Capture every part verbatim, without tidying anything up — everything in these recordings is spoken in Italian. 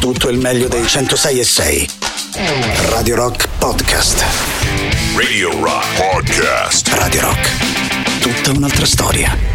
tutto il meglio dei centosei e sei. Radio Rock Podcast. Radio Rock Podcast. Radio Rock. Tutta un'altra storia.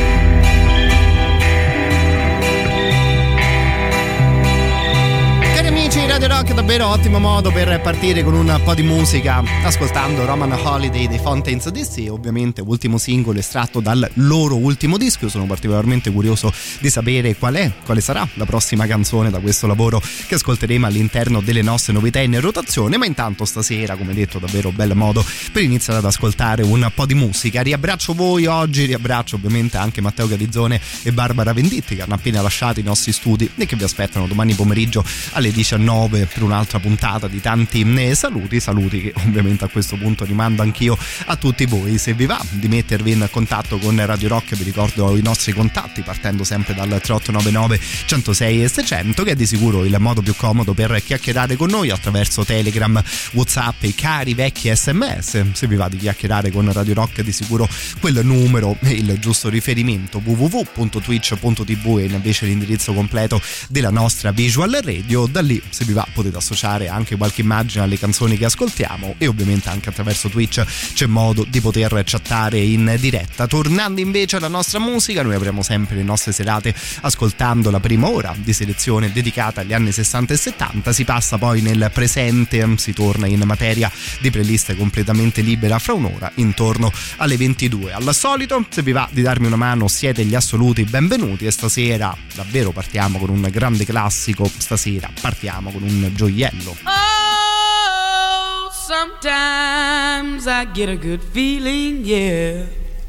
Radio Rock, davvero ottimo modo per partire con un po' di musica ascoltando Roman Holiday dei Fountains D C, ovviamente ultimo singolo estratto dal loro ultimo disco. Io sono particolarmente curioso di sapere qual è, quale sarà la prossima canzone da questo lavoro che ascolteremo all'interno delle nostre novità in rotazione, ma intanto stasera, come detto, davvero bel modo per iniziare ad ascoltare un po' di musica. Riabbraccio voi oggi, riabbraccio ovviamente anche Matteo Galizzone e Barbara Venditti che hanno appena lasciato i nostri studi e che vi aspettano domani pomeriggio alle diciannove per un'altra puntata di tanti saluti, saluti che ovviamente a questo punto rimando anch'io a tutti voi. Se vi va di mettervi in contatto con Radio Rock, vi ricordo i nostri contatti partendo sempre dal tre otto nove nove centosei e seicento, che è di sicuro il modo più comodo per chiacchierare con noi attraverso Telegram, WhatsApp e i cari vecchi sms. Se vi va di chiacchierare con Radio Rock, di sicuro quel numero è il giusto riferimento. w w w punto twitch punto t v è invece l'indirizzo completo della nostra visual radio. Da lì, se vi va, potete associare anche qualche immagine alle canzoni che ascoltiamo e ovviamente anche attraverso Twitch c'è modo di poter chattare in diretta. Tornando invece alla nostra musica, noi avremo sempre le nostre serate ascoltando la prima ora di selezione dedicata agli anni sessanta e settanta, si passa poi nel presente, si torna in materia di playlist completamente libera fra un'ora intorno alle ventidue. Al solito, se vi va di darmi una mano, siete gli assoluti benvenuti e stasera davvero partiamo con un grande classico, stasera partiamo con un gioiello. Oh, sometimes I get a good feeling, yeah.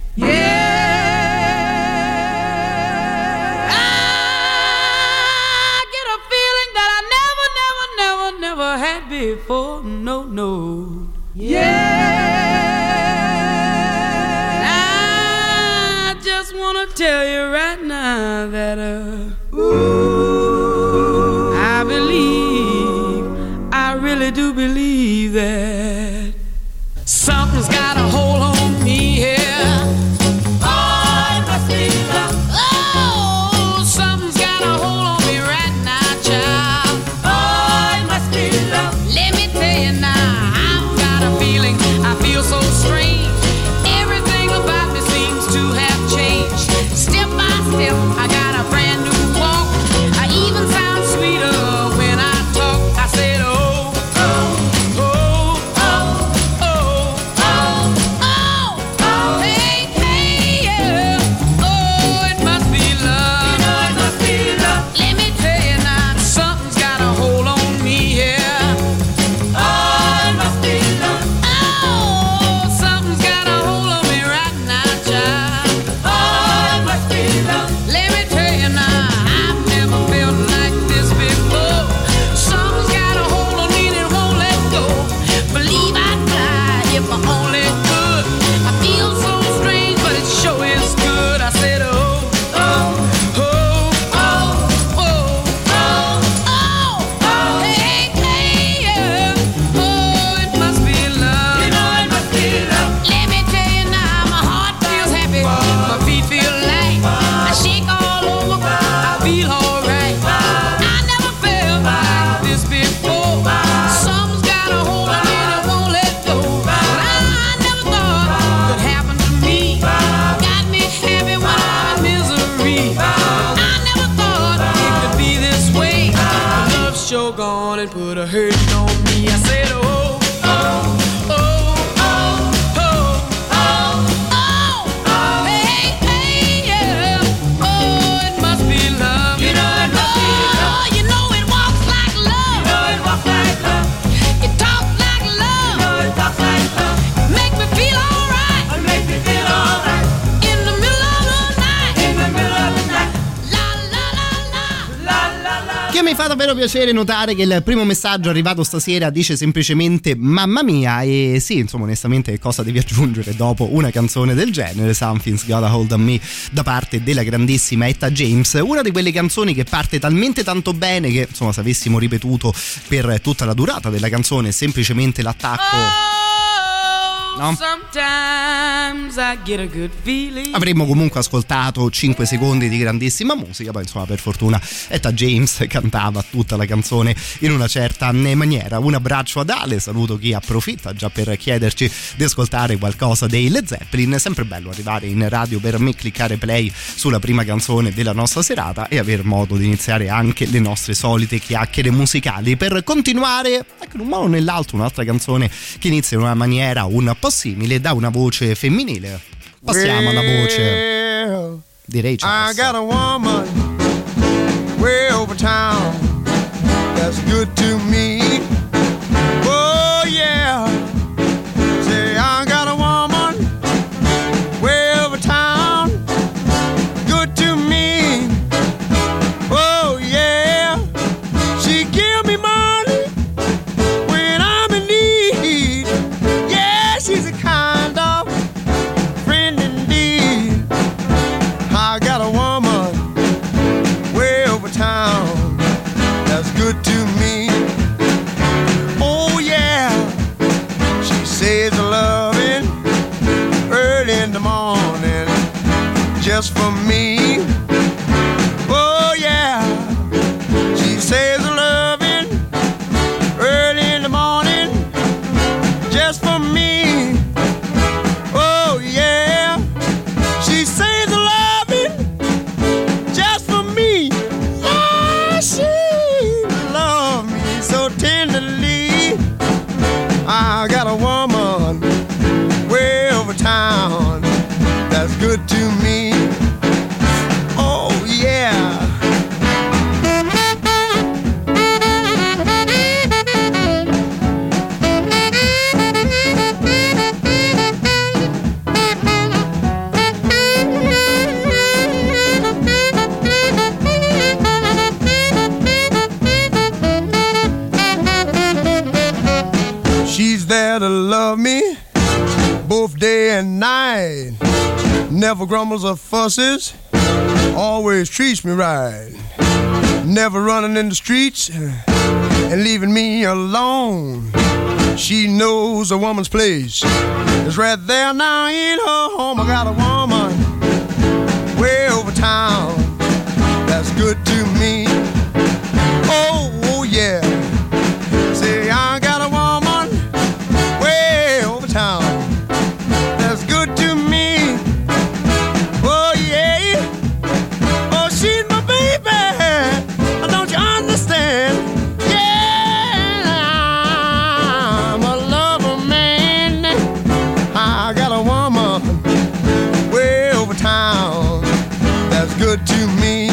Yeah. I get a feeling that I never, never, never, never had before. No, no. Yeah. I just wanna tell you right now that uh, ooh, I believe, I really do believe that something's got a hold on me here. Oh, it must be love. Oh, something's got a hold on me right now, child. Oh, it must be love. Let me tell you now, I've got a feeling, I feel so strange. Everything about me seems to have changed. Step by step, I got a brand new walk. I even sound sweeter when I talk. I said, oh, oh, oh, oh, oh, oh, oh, oh, hey, hey, yeah. Oh, it must be love. You know it must be love. Let me tell you now, something's got a hold on me here. Oh, it must be love. Oh, something's got a hold on me right now, child. Oh, it must be love. Let me tell you now, I've never felt like this before. Something's got a hold on me that won't let go. Believe I'd fly if I only could. I feel so strange, but it sure is good. I said, oh, oh, oh, oh, oh, oh, oh, oh, hey, hey, yeah. Oh, it must be love. You know it must be love. Let me tell you now, my heart feels happy, my feet feel light. I shake all over, I feel alright. I never felt like this before. Something's got a hold on me that won't let go. But I never thought could happen to me. Got me happy when I'm in misery. I never thought it could be this way. Love's sure gone and put a hurt on me. I said, oh, oh, oh, oh, oh, oh, oh, oh, hey, hey, yeah. Oh, it must be love. You know it must be love. You know it walks like love. You know it walks like love. It talks like love. You know it talks like love. Make me feel alright. It makes me feel alright. In the middle of the night. In the middle of the night. La la la la. La la la. Che mi fa davvero piacere notare che il primo messaggio arrivato stasera dice semplicemente mamma mia. E sì, insomma, onestamente che cosa devi aggiungere dopo una canzone del genere? Something's Got a Hold on Me da parte della grandissima Etta James, una di quelle canzoni che parte talmente tanto bene che, insomma, se avessimo ripetuto per tutta la durata della canzone semplicemente l'attacco no? Sometimes I get a good feeling. Avremmo comunque ascoltato cinque secondi di grandissima musica, poi insomma per fortuna Etta James cantava tutta la canzone in una certa maniera. Un abbraccio ad Ale, saluto chi approfitta già per chiederci di ascoltare qualcosa dei Led Zeppelin. È sempre bello arrivare in radio per me, cliccare play sulla prima canzone della nostra serata e aver modo di iniziare anche le nostre solite chiacchiere musicali per continuare ecco, in un modo o nell'altro un'altra canzone che inizia in una maniera un po' simile, da una voce femminile passiamo alla voce di Ray Charles. I got a woman way over town that's good to me. Oh yeah. Say I got a woman way over town good to me. Oh yeah. She give me money when I'm in need. Yeah, she's a kind of friend indeed. I got a woman way over town that's good to me. Oh yeah, she says loving early in the morning just for me. Oh yeah, she says loving early in the morning just for me. Oh yeah, she says loving just for me. Yeah, she loves me so tenderly. I got a woman way over town that's good to me. Oh yeah. She's there to love me both day and night. Never grumbles or fusses, always treats me right. Never running in the streets and leaving me alone. She knows a woman's place is right there now in her home. I got a woman way over town that's good to me. Oh, oh yeah. Say I got a woman way over town that's good to me. Oh yeah. Oh, she's my baby. Don't you understand? Yeah, I'm a lover man. I got a woman way over town that's good to me.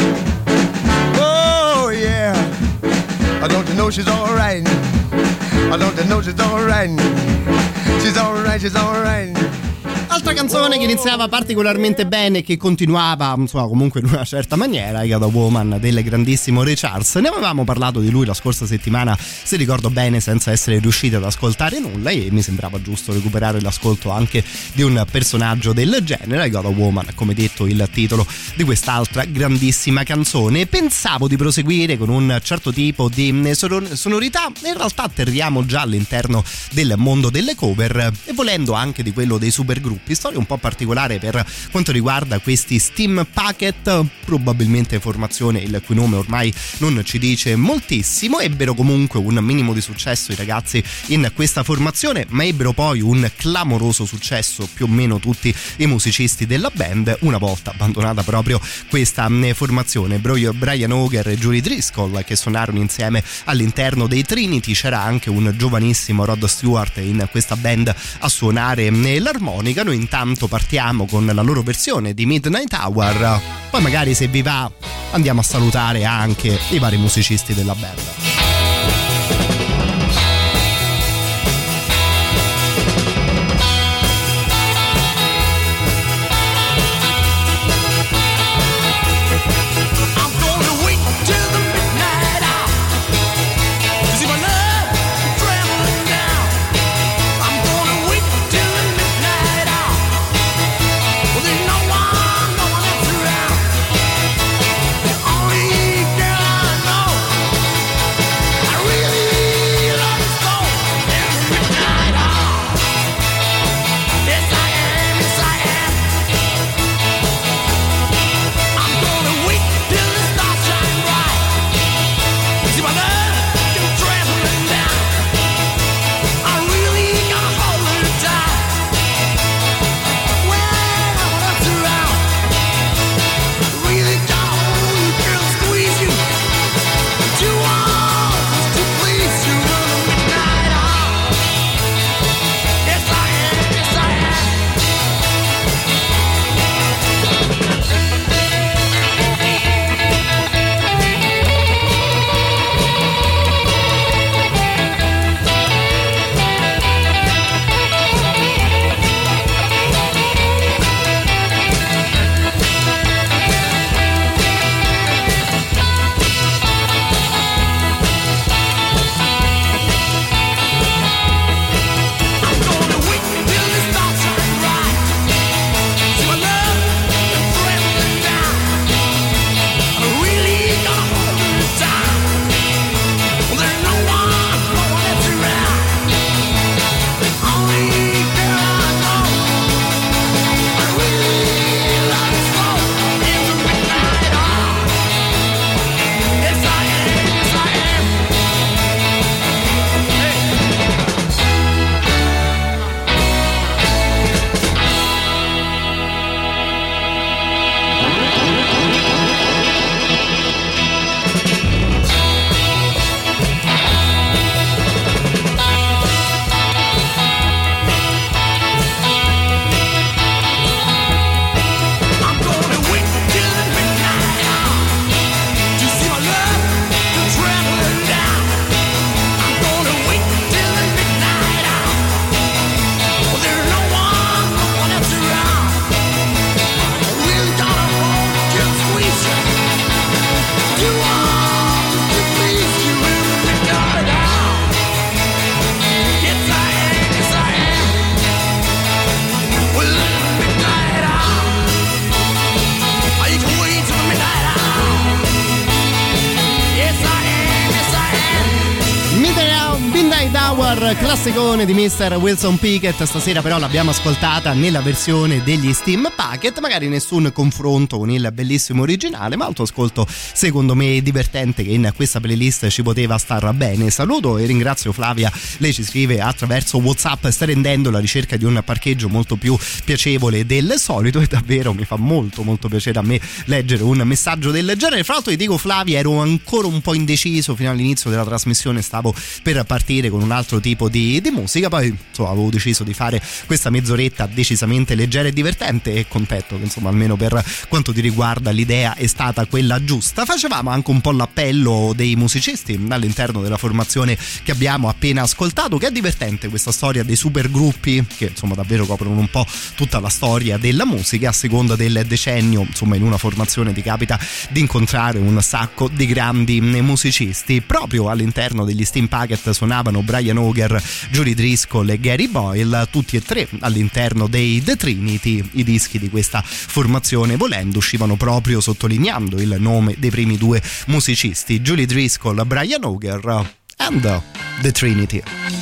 Oh yeah. Don't you know she's alright? Don't you know she's alright? She's alright, she's alright. Altra canzone che iniziava particolarmente bene e che continuava insomma comunque in una certa maniera, I Got a Woman del grandissimo Ray Charles. Ne avevamo parlato di lui la scorsa settimana, se ricordo bene, senza essere riusciti ad ascoltare nulla, e mi sembrava giusto recuperare l'ascolto anche di un personaggio del genere. I Got a Woman, come detto, il titolo di quest'altra grandissima canzone. Pensavo di proseguire con un certo tipo di sonorità, in realtà atterriamo già all'interno del mondo delle cover e volendo anche di quello dei supergruppi. Storia un po' particolare per quanto riguarda questi Steam Packet, probabilmente formazione il cui nome ormai non ci dice moltissimo. Ebbero comunque un minimo di successo i ragazzi in questa formazione, ma ebbero poi un clamoroso successo più o meno tutti i musicisti della band una volta abbandonata proprio questa formazione. Brian Auger e Julie Driscoll che suonarono insieme all'interno dei Trinity. C'era anche un giovanissimo Rod Stewart in questa band a suonare l'armonica. Noi intanto partiamo con la loro versione di Midnight Hour, poi magari se vi va andiamo a salutare anche i vari musicisti della band. Only girl I know super classicone di mister Wilson Pickett. Stasera però l'abbiamo ascoltata nella versione degli Steam Packet, magari nessun confronto con il bellissimo originale, ma ascolto secondo me divertente che in questa playlist ci poteva star bene. Saluto e ringrazio Flavia, lei ci scrive attraverso WhatsApp: sta rendendo la ricerca di un parcheggio molto più piacevole del solito, e davvero mi fa molto molto piacere a me leggere un messaggio del genere. Fra l'altro ti dico Flavia, ero ancora un po' indeciso fino all'inizio della trasmissione, stavo per partire con un altro tipo di, di musica, poi insomma avevo deciso di fare questa mezz'oretta decisamente leggera e divertente, e contento che insomma almeno per quanto ti riguarda l'idea è stata quella giusta. Facevamo anche un po' l'appello dei musicisti all'interno della formazione che abbiamo appena ascoltato, che è divertente questa storia dei supergruppi che insomma davvero coprono un po' tutta la storia della musica. A seconda del decennio insomma in una formazione ti capita di incontrare un sacco di grandi musicisti. Proprio all'interno degli Steam Packet suonavano Brian Auger, Julie Driscoll e Gary Boyle, tutti e tre all'interno dei The Trinity. I dischi di questa formazione, volendo, uscivano proprio sottolineando il nome dei primi due musicisti, Julie Driscoll, Brian Auger and The Trinity.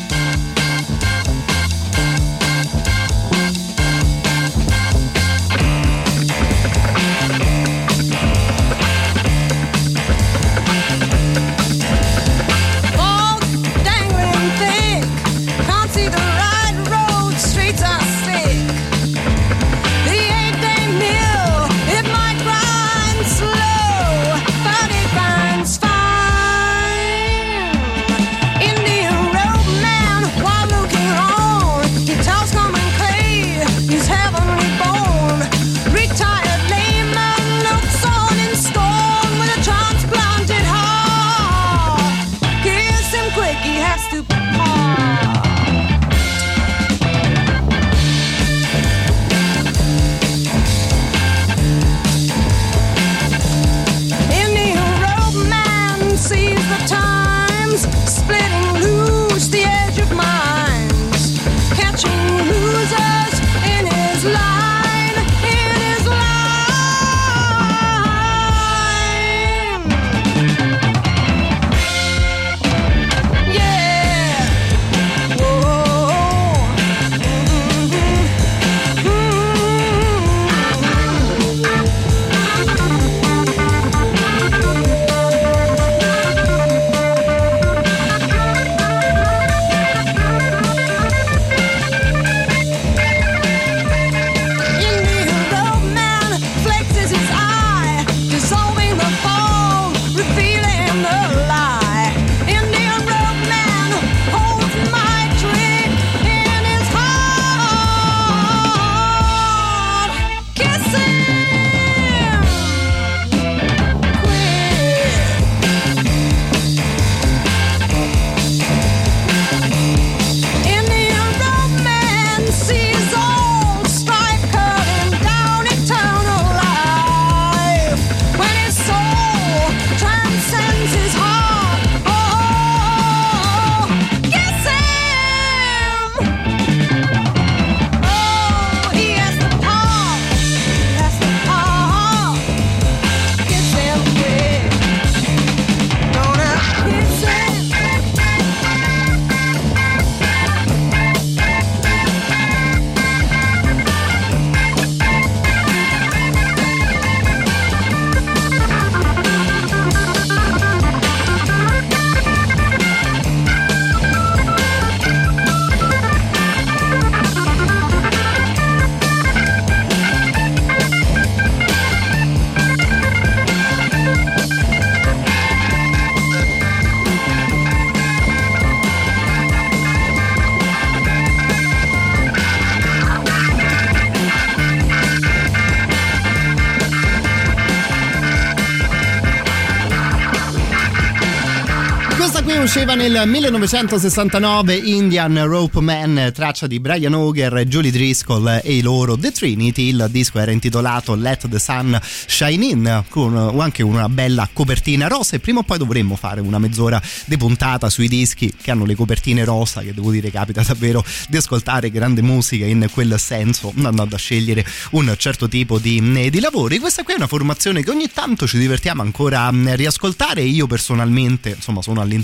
Usciva nel millenovecentosessantanove Indian Rope Man, traccia di Brian Auger, Julie Driscoll e i loro The Trinity. Il disco era intitolato Let the Sun Shine In, con anche una bella copertina rosa, e prima o poi dovremmo fare una mezz'ora di puntata sui dischi che hanno le copertine rosa, che devo dire capita davvero di ascoltare grande musica in quel senso, andando a scegliere un certo tipo di, di lavori. Questa qui è una formazione che ogni tanto ci divertiamo ancora a riascoltare, e io personalmente insomma sono all'interno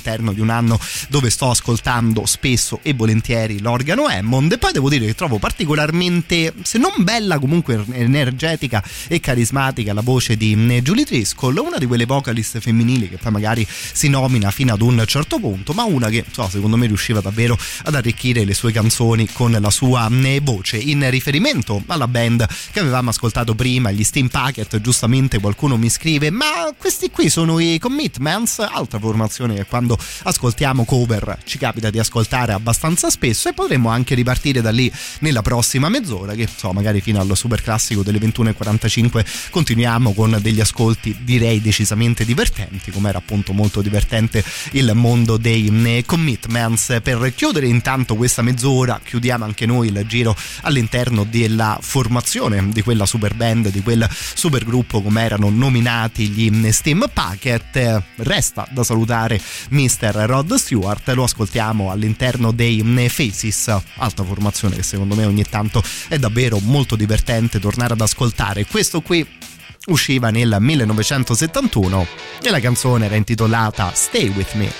all'interno di un anno dove sto ascoltando spesso e volentieri l'organo Hammond. E poi devo dire che trovo particolarmente, se non bella, comunque energetica e carismatica la voce di Julie Driscoll, una di quelle vocalist femminili che poi magari si nomina fino ad un certo punto, ma una che so, secondo me riusciva davvero ad arricchire le sue canzoni con la sua voce. In riferimento alla band che avevamo ascoltato prima, gli Steam Packet, giustamente qualcuno mi scrive: ma questi qui sono i Commitments, altra formazione che quando ascoltiamo cover ci capita di ascoltare abbastanza spesso, e potremmo anche ripartire da lì nella prossima mezz'ora, che so, magari fino al super classico delle ventuno e quarantacinque continuiamo con degli ascolti direi decisamente divertenti, come era appunto molto divertente il mondo dei Commitments. Per chiudere intanto questa mezz'ora chiudiamo anche noi il giro all'interno della formazione di quella super band, di quel super gruppo come erano nominati gli Steam Packet. Resta da salutare mister Rod Stewart, lo ascoltiamo all'interno dei Faces, altra formazione che secondo me ogni tanto è davvero molto divertente tornare ad ascoltare. Questo qui usciva nel millenovecentosettantuno e la canzone era intitolata Stay With Me.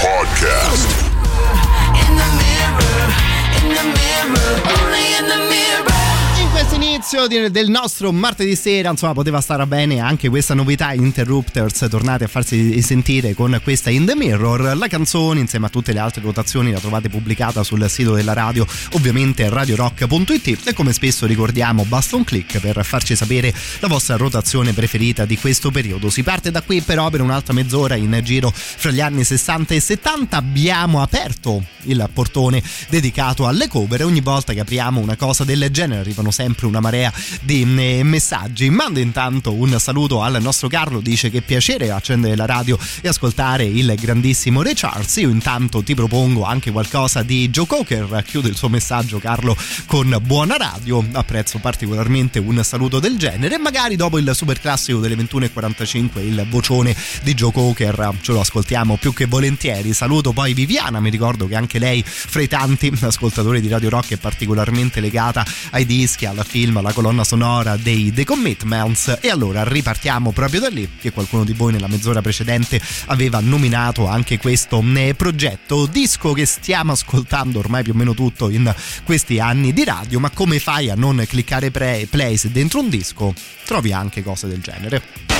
Podcast. In the mirror, in the mirror, only in the mirror. Questo inizio di, del nostro martedì sera, insomma, poteva stare bene anche questa novità Interrupters, tornate a farsi sentire con questa In The Mirror. La canzone insieme a tutte le altre votazioni la trovate pubblicata sul sito della radio, ovviamente radio rock punto it, e come spesso ricordiamo basta un click per farci sapere la vostra rotazione preferita di questo periodo. Si parte da qui però per un'altra mezz'ora in giro fra gli anni sessanta e settanta. Abbiamo aperto il portone dedicato alle cover e ogni volta che apriamo una cosa del genere arrivano sempre una marea di messaggi. Mando intanto un saluto al nostro Carlo, dice che piacere accendere la radio e ascoltare il grandissimo Ray Charles. Io intanto ti propongo anche qualcosa di Joe Cocker. Chiude il suo messaggio Carlo con buona radio, apprezzo particolarmente un saluto del genere, e magari dopo il super classico delle ventuno e quarantacinque il vocione di Joe Cocker ce lo ascoltiamo più che volentieri. Saluto poi Viviana, mi ricordo che anche lei fra i tanti ascoltatori di Radio Rock è particolarmente legata ai dischi, al film, alla colonna sonora dei The Commitments. E allora ripartiamo proprio da lì, che qualcuno di voi nella mezz'ora precedente aveva nominato anche questo progetto, disco che stiamo ascoltando ormai più o meno tutto in questi anni di radio. Ma come fai a non cliccare play, play se dentro un disco trovi anche cose del genere?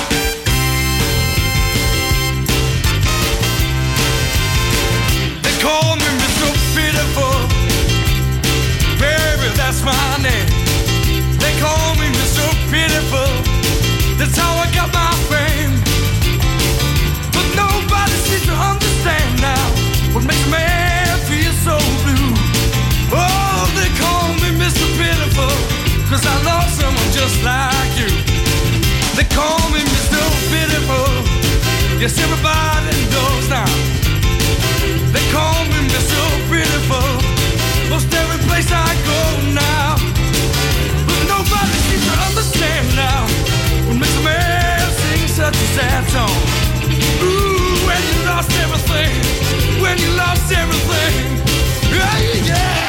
They call me Mister Pitiful, baby, that's my name. They call me Mister Pitiful, that's how I got my fame. But nobody seems to understand now what makes a man feel so blue. Oh, they call me Mister Pitiful, cause I lost someone just like you. They call me Mister Pitiful, yes, everybody knows now. They call me Mister Pitiful, most every place I go now. Nobody seems to understand now what makes a man sing such a sad song. Ooh, when you lost everything, when you lost everything, yeah, yeah.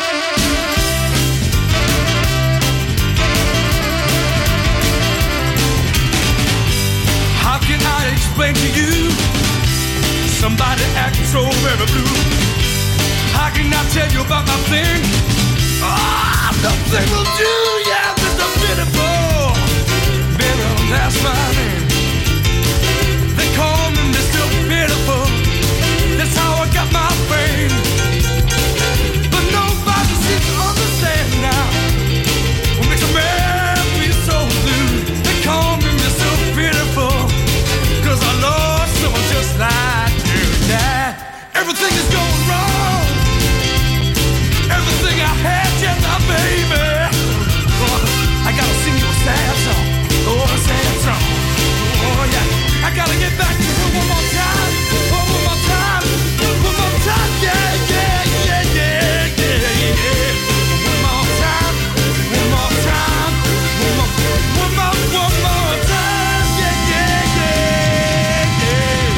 How can I explain to you somebody acting so very blue? How can I tell you about my thing? Ah, oh, nothing will do, yeah, Mister Pitiful, baby, that's my name. They call me Mister Pitiful, that's how I got my fame. But nobody seems to understand now what makes a man feel so blue. They call me Mister Pitiful, cause I lost someone just like you. Yeah, everything is going wrong, everything I had, just my baby. Oh, I gotta sing you a sad song, oh, a sad song. Oh yeah, I gotta get back to her one more time, oh, one more time, one more time, yeah, yeah, yeah, yeah, yeah, yeah. One more time, one more time, one more, one more, one more time, yeah, yeah, yeah, yeah.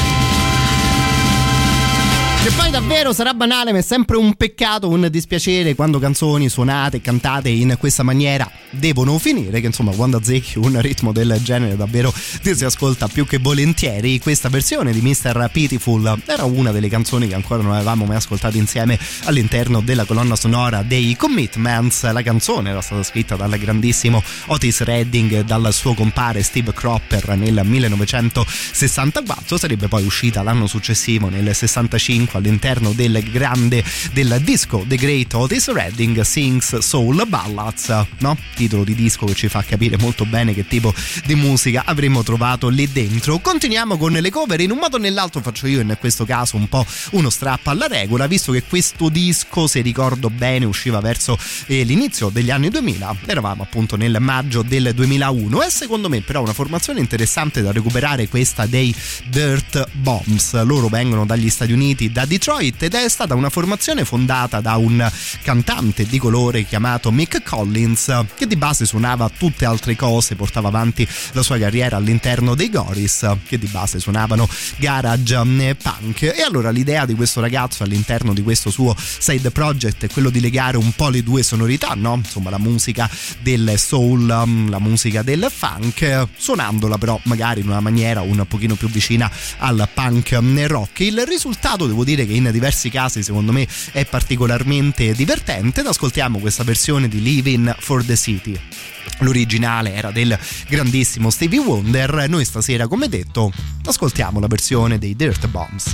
Che poi davvero sarà banale, ma è sempre un peccato, un dispiacere quando canzoni suonate e cantate in questa maniera devono finire, che insomma quando azzecchi un ritmo del genere davvero ti si ascolta più che volentieri. Questa versione di Mister Pitiful era una delle canzoni che ancora non avevamo mai ascoltato insieme all'interno della colonna sonora dei Commitments. La canzone era stata scritta dal grandissimo Otis Redding e dal suo compare Steve Cropper nel millenovecentosessantaquattro, sarebbe poi uscita l'anno successivo nel sessantacinque all'interno del grande del disco The Great Otis Redding Sings Soul Ballads, no? Titolo di disco che ci fa capire molto bene che tipo di musica avremmo trovato lì dentro. Continuiamo con le cover, in un modo o nell'altro faccio io in questo caso un po' uno strappo alla regola, visto che questo disco, se ricordo bene, usciva verso eh, l'inizio degli anni duemila, eravamo appunto nel maggio del duemilauno, e secondo me però una formazione interessante da recuperare questa dei Dirt Bombs. Loro vengono dagli Stati Uniti, da Detroit, Detroit ed è stata una formazione fondata da un cantante di colore chiamato Mick Collins, che di base suonava tutte altre cose, portava avanti la sua carriera all'interno dei Goris, che di base suonavano garage punk. E allora l'idea di questo ragazzo all'interno di questo suo side project è quello di legare un po' le due sonorità, no? Insomma, la musica del soul, la musica del funk, suonandola però magari in una maniera un pochino più vicina al punk rock. Il risultato, devo dire che in diversi casi secondo me è particolarmente divertente. Ed ascoltiamo questa versione di Living for the City. L'originale era del grandissimo Stevie Wonder. Noi stasera, come detto, ascoltiamo la versione dei Dirt Bombs.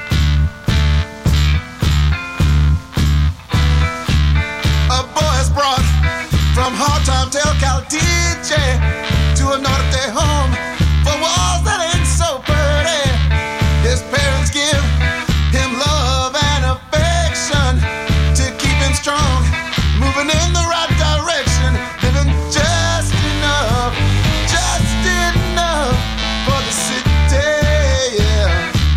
A boy is brought from hard time till Cal D J to a norte home for walls that ain't so pretty. His parents give him love and affection to keep him strong, moving in the right direction, living just enough, just enough for the city, yeah.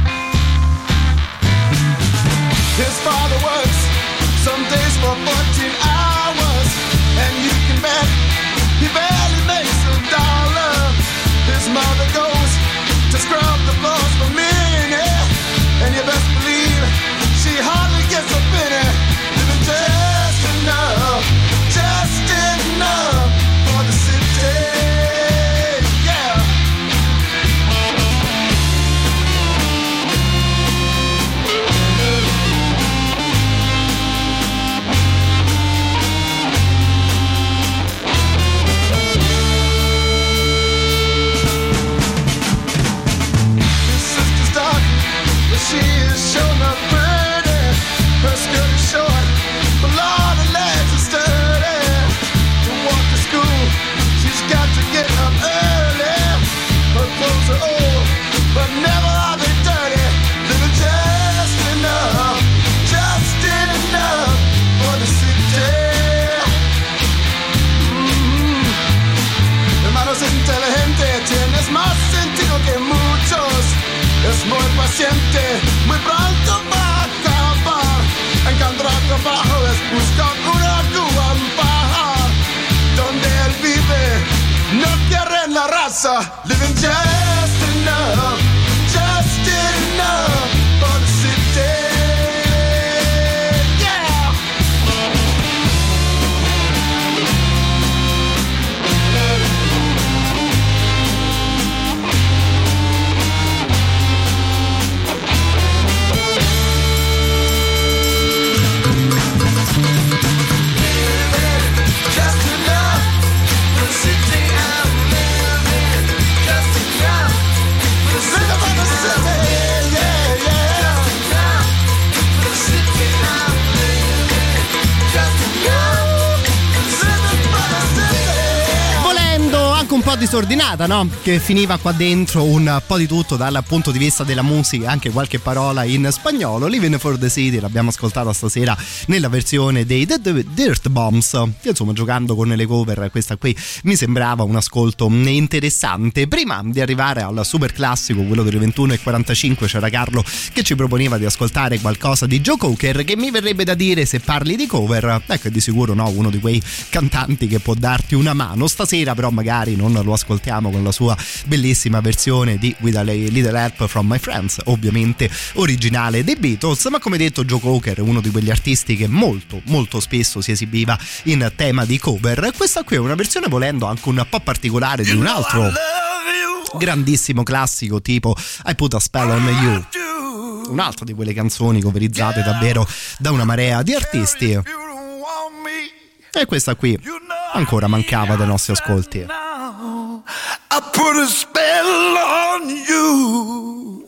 His father works some days for fourteen hours, and you can bet he barely makes a dollar. His mother goes to scrub the floors for me, yeah, and you best believe she hardly gets a penny, living just enough, just enough for the city, yeah. His sister's dark, but she is sure not pretty. Her skirt is short, but Lord, her legs are sturdy. To walk to school, she's got to get up early. Her clothes are old, but never are they dirty. Living just enough, just enough for the city. Mm. Hermano, es inteligente, tienes más sentido que muchos. Es muy paciente, muy pronto va a acabar. Encontrar trabajo es buscar una Cuba en Baja, donde él vive, no quieren la raza. Living just enough, just enough for the city, yeah. Just enough for the city I'm living. Just enough for the city, for the city, yeah, yeah. Just enough for the city I'm living. Just enough for the city, for the city. Volendo anche un po' disordinata, no? Che finiva qua dentro un po' di tutto dal punto di vista della musica, anche qualche parola in spagnolo. Living for the City l'abbiamo ascoltata stasera nella versione dei The Dirt Bombs, che insomma, giocando con le cover, questa qui mi sembrava un ascolto interessante. Prima di arrivare al super classico, quello delle ventuno e quarantacinque, c'era Carlo che ci proponeva di ascoltare qualcosa di Joe Cocker, che mi verrebbe da dire, se parli di cover, ecco, è di sicuro, no, uno di quei cantanti che può darti una mano. Stasera però magari non lo ascoltiamo con la sua bellissima versione di With a Little Help from My Friends, ovviamente originale dei Beatles, ma come detto Joe Cocker è uno di quegli artisti che molto molto spesso si esibiva in tema di cover. Questa qui è una versione, volendo, anche un po' particolare di un altro grandissimo classico tipo I Put a Spell on You, un'altra di quelle canzoni coverizzate davvero da una marea di artisti, e questa qui ancora mancava dai nostri ascolti. I put a spell on you.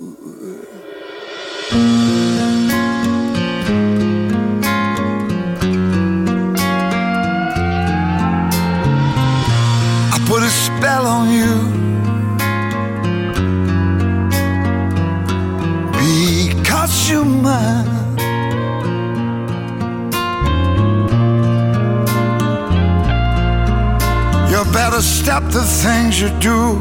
I put a spell on you because you're mine. You better stop the things you do.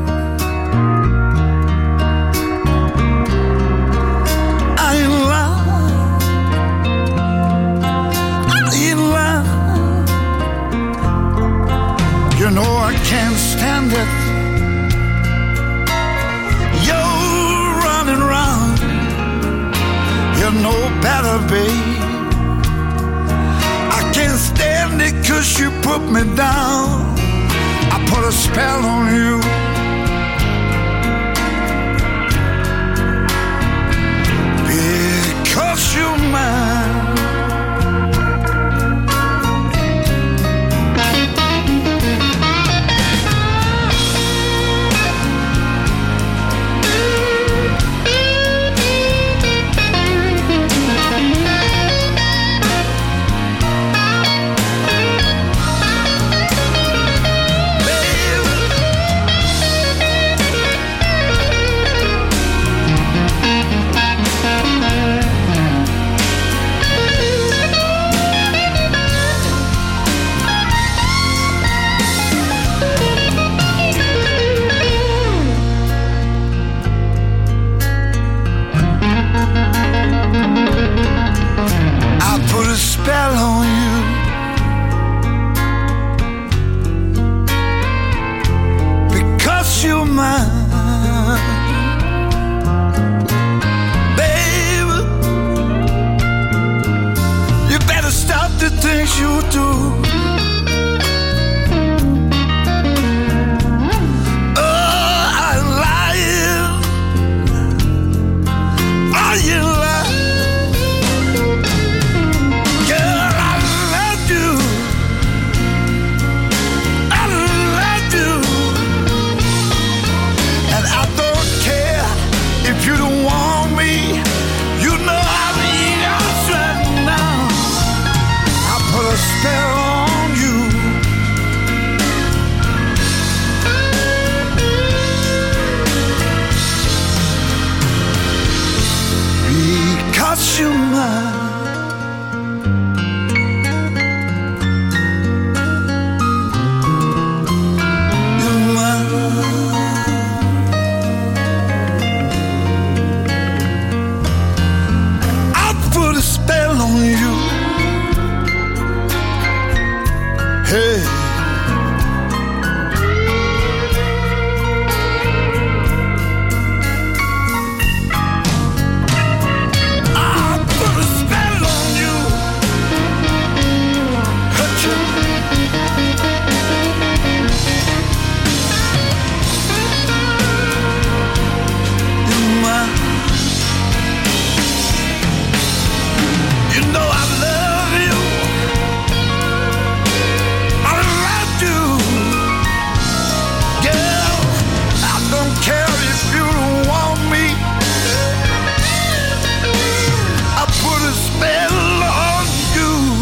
I ain't lying. babe. I can't stand it 'cause you put me down. I put a spell on you. Because you're mine. Spell on you because you're mine, baby. You better stop the things you do. Oh, I'm lying. Are you lying? You don't want me, you know I'll be yours right now. I put a spell on you. Because you're mine. Spell on you. Hey. I put a spell on you. Hurt you. You're mine. You know I love you. I love you. Girl, I don't care if you don't want me. I put a spell on you.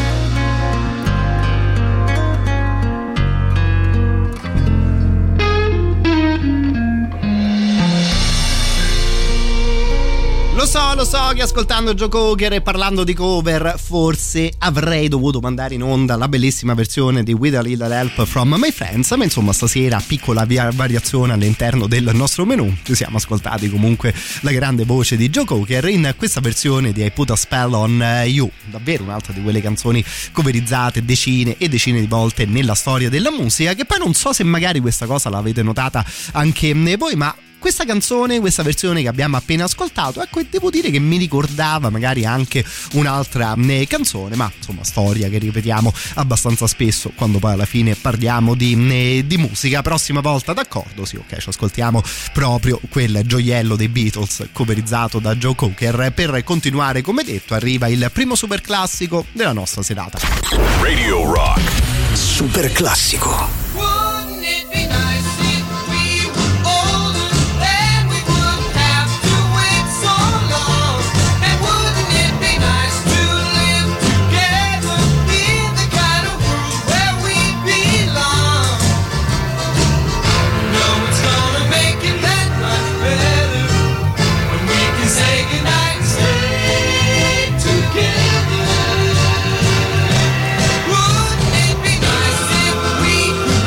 Lo so, lo so che ascoltando Joe Cocker e parlando di cover forse avrei dovuto mandare in onda la bellissima versione di With a Little Help from My Friends, ma insomma stasera piccola via- variazione all'interno del nostro menù. Ci siamo ascoltati comunque la grande voce di Joe Cocker in questa versione di I Put a Spell on You, davvero un'altra di quelle canzoni coverizzate decine e decine di volte nella storia della musica, che poi non so se magari questa cosa l'avete notata anche voi, ma questa canzone, questa versione che abbiamo appena ascoltato, ecco, e devo dire che mi ricordava magari anche un'altra eh, canzone, ma insomma storia che ripetiamo abbastanza spesso quando poi alla fine parliamo di, eh, di musica. Prossima volta, d'accordo? Sì, ok, ci ascoltiamo proprio quel gioiello dei Beatles coverizzato da Joe Cocker. Per continuare, come detto, arriva il primo super classico della nostra serata. Radio Rock Super classico. Wouldn't it be nice if we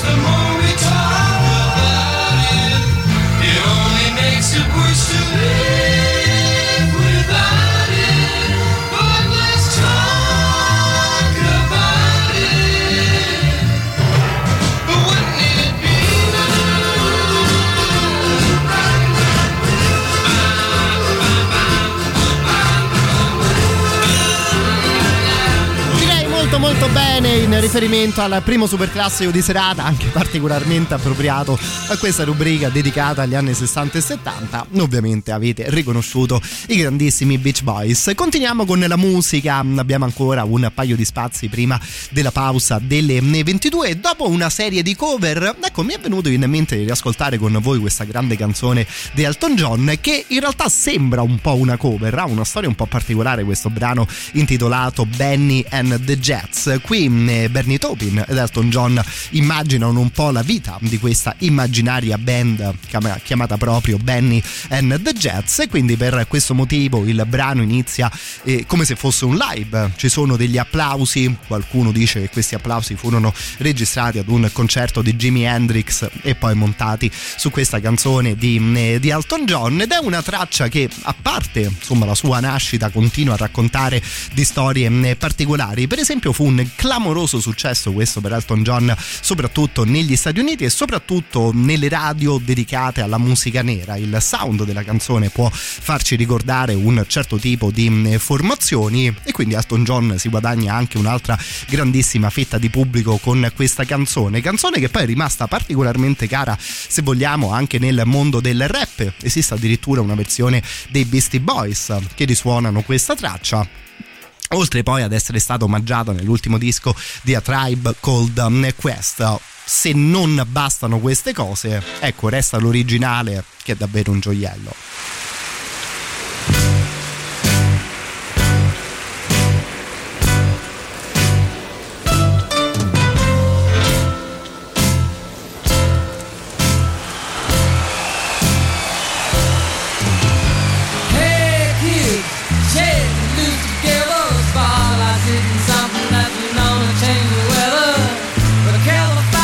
Molto bene, in riferimento al primo superclassico di serata, anche particolarmente appropriato a questa rubrica dedicata agli anni sessanta e settanta. Ovviamente avete riconosciuto i grandissimi Beach Boys. Continuiamo con la musica, abbiamo ancora un paio di spazi prima della pausa delle ventidue e dopo una serie di cover, ecco, mi è venuto in mente di riascoltare con voi questa grande canzone di Elton John, che in realtà sembra un po' una cover, ha una storia un po' particolare questo brano intitolato Benny and the Jets. Qui Bernie Taupin ed Elton John immaginano un po' la vita di questa immaginaria band chiamata proprio Benny and the Jets, e quindi per questo motivo il brano inizia eh, come se fosse un live. Ci sono degli applausi, qualcuno dice che questi applausi furono registrati ad un concerto di Jimi Hendrix e poi montati su questa canzone di, di Elton John, ed è una traccia che, a parte insomma la sua nascita, continua a raccontare di storie particolari. Per esempio fu un clamoroso successo questo per Elton John, soprattutto negli Stati Uniti e soprattutto nelle radio dedicate alla musica nera. Il sound della canzone può farci ricordare un certo tipo di formazioni, e quindi Elton John si guadagna anche un'altra grandissima fetta di pubblico con questa canzone, canzone che poi è rimasta particolarmente cara, se vogliamo, anche nel mondo del rap. Esiste addirittura una versione dei Beastie Boys che risuonano questa traccia, oltre poi ad essere stato omaggiato nell'ultimo disco di A Tribe Called Quest. Se non bastano queste cose, ecco, resta l'originale, che è davvero un gioiello.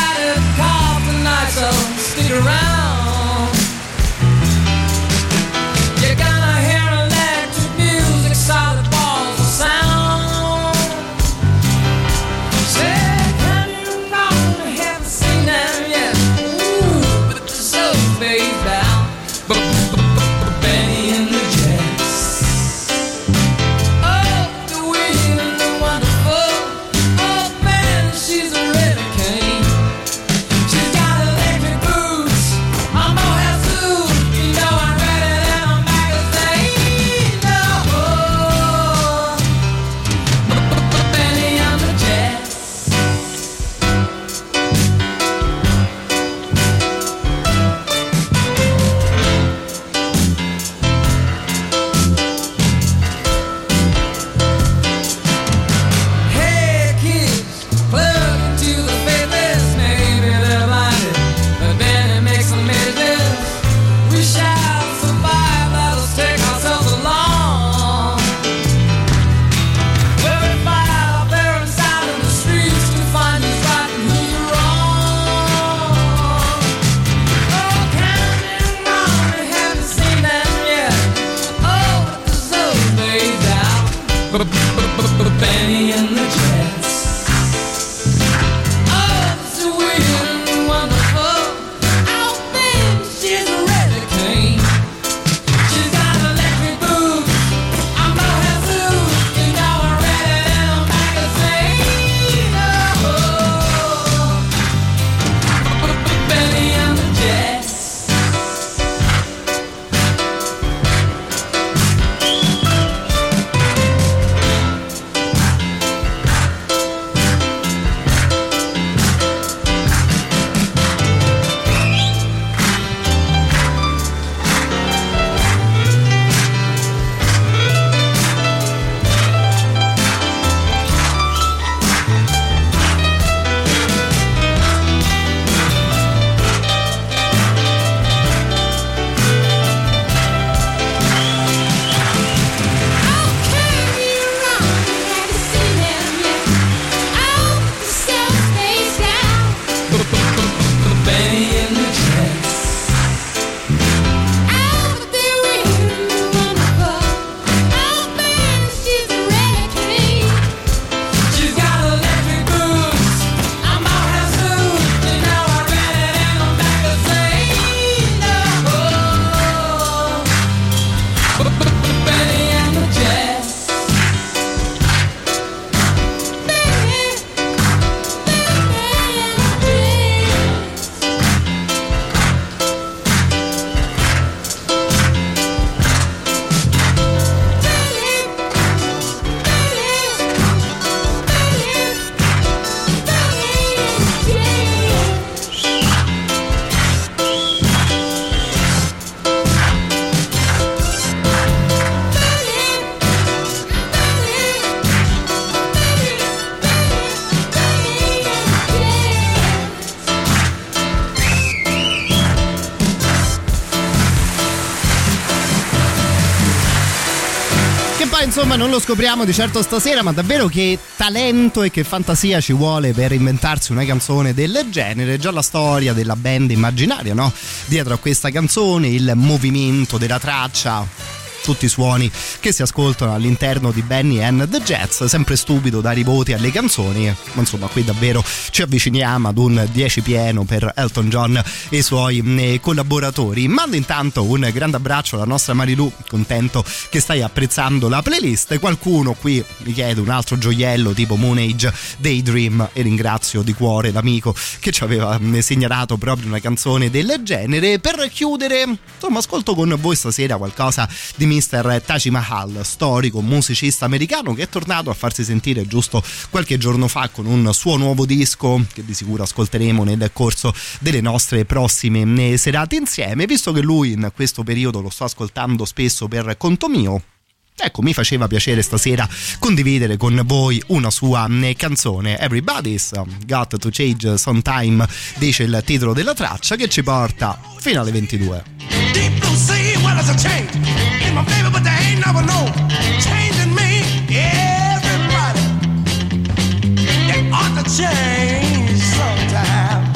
Around insomma non lo scopriamo di certo stasera, ma davvero che talento e che fantasia ci vuole per inventarsi una canzone del genere. Già la storia della band immaginaria, no? Dietro a questa canzone, il movimento della traccia, tutti i suoni che si ascoltano all'interno di Benny and the Jets, sempre stupido dare i voti alle canzoni, ma insomma qui davvero ci avviciniamo ad un dieci pieno per Elton John e i suoi collaboratori. Mando intanto un grande abbraccio alla nostra Marilu, contento che stai apprezzando la playlist. Qualcuno qui mi chiede un altro gioiello tipo Moon Age Daydream e ringrazio di cuore l'amico che ci aveva segnalato proprio una canzone del genere. Per chiudere, insomma, ascolto con voi stasera qualcosa di mister Taj Mahal, storico musicista americano che è tornato a farsi sentire giusto qualche giorno fa con un suo nuovo disco che di sicuro ascolteremo nel corso delle nostre prossime serate insieme. Visto che lui in questo periodo lo sto ascoltando spesso per conto mio, ecco, mi faceva piacere stasera condividere con voi una sua canzone. Everybody's Got to Change Sometime, dice il titolo della traccia, che ci porta fino alle ventidue. Deep blue sea, well, it's a change in my favor, but there ain't never no change in me. Everybody, they ought to change sometime.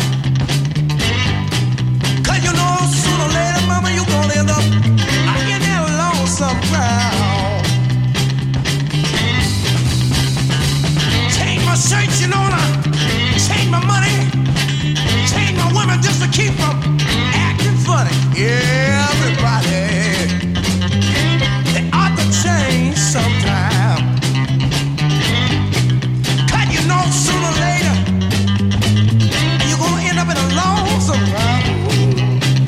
Cause you know, sooner or later, mama, you gonna end up in that lonesome ground. Change my shirts, you know, now. Change my money. Change my women just to keep them acting funny. Everybody, they ought to change sometime. Cause you know, sooner or later, you're gonna end up in a lonesome round.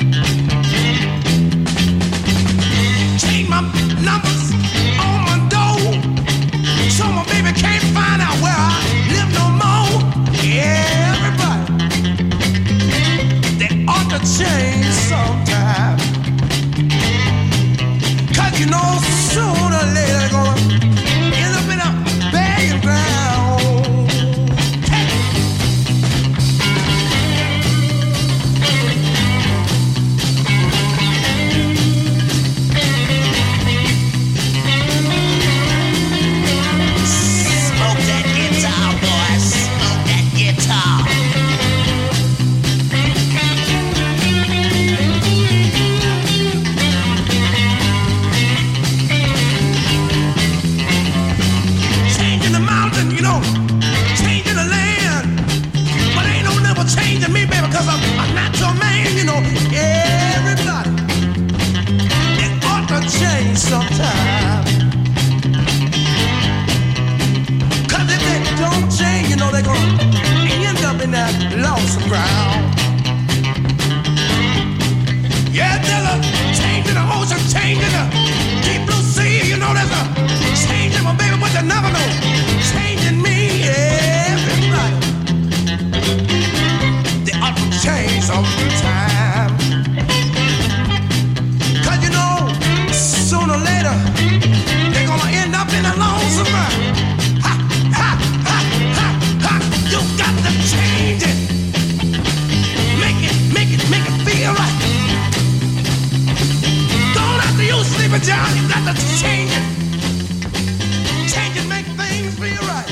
Change my numbers on my door, so my baby can't find out where I live no more. Everybody, they ought to change sometime. Cause you know, sooner or later they're gonna end up in a begging ground. Hey. Smoke that guitar, boys. Smoke that guitar. Changing the mountain, you know, changing the land. But ain't no never changing me, baby, cause I'm a natural man, you know. Everybody, they ought to change sometime. Cause if they don't change, you know, they're gonna end up in that lonesome ground. Yeah, there's a change in the ocean, change in the deep blue sea, you know, there's a change in my baby, but you never know. Change in me, everybody. They ought to change sometime. Cause you know, sooner or later, they're gonna end up in a lonesome round. Ha, ha, ha, ha, ha. You got to change it. Make it, make it, make it feel right. Don't have to use sleeping John, you got to change it. Change it, make things feel right.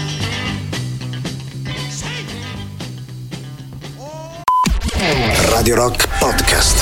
Change it. Oh. Radio Rock Podcast.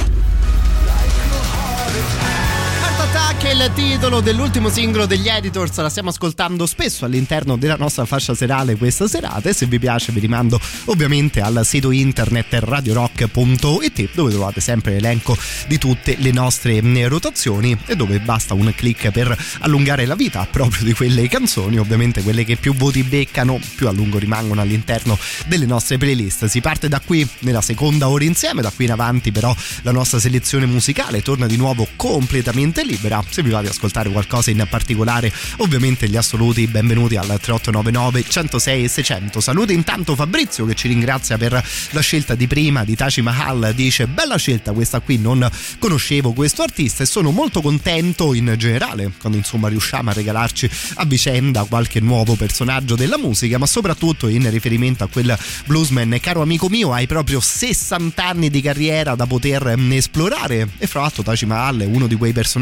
Attack è il titolo dell'ultimo singolo degli Editors, la stiamo ascoltando spesso all'interno della nostra fascia serale questa serata e se vi piace vi rimando ovviamente al sito internet radio rock punto it dove trovate sempre l'elenco di tutte le nostre rotazioni e dove basta un click per allungare la vita proprio di quelle canzoni. Ovviamente quelle che più voti beccano più a lungo rimangono all'interno delle nostre playlist. Si parte da qui nella seconda ora insieme, da qui in avanti però la nostra selezione musicale torna di nuovo completamente libera. Se vi va di ascoltare qualcosa in particolare, ovviamente gli assoluti benvenuti al tre otto nove nove, centosei e seicento. Saluto intanto Fabrizio che ci ringrazia per la scelta di prima di Taj Mahal, dice bella scelta questa qui, non conoscevo questo artista e sono molto contento in generale quando insomma riusciamo a regalarci a vicenda qualche nuovo personaggio della musica, ma soprattutto in riferimento a quel bluesman. Caro amico mio, hai proprio sessanta anni di carriera da poter esplorare e fra l'altro Taj Mahal è uno di quei personaggi che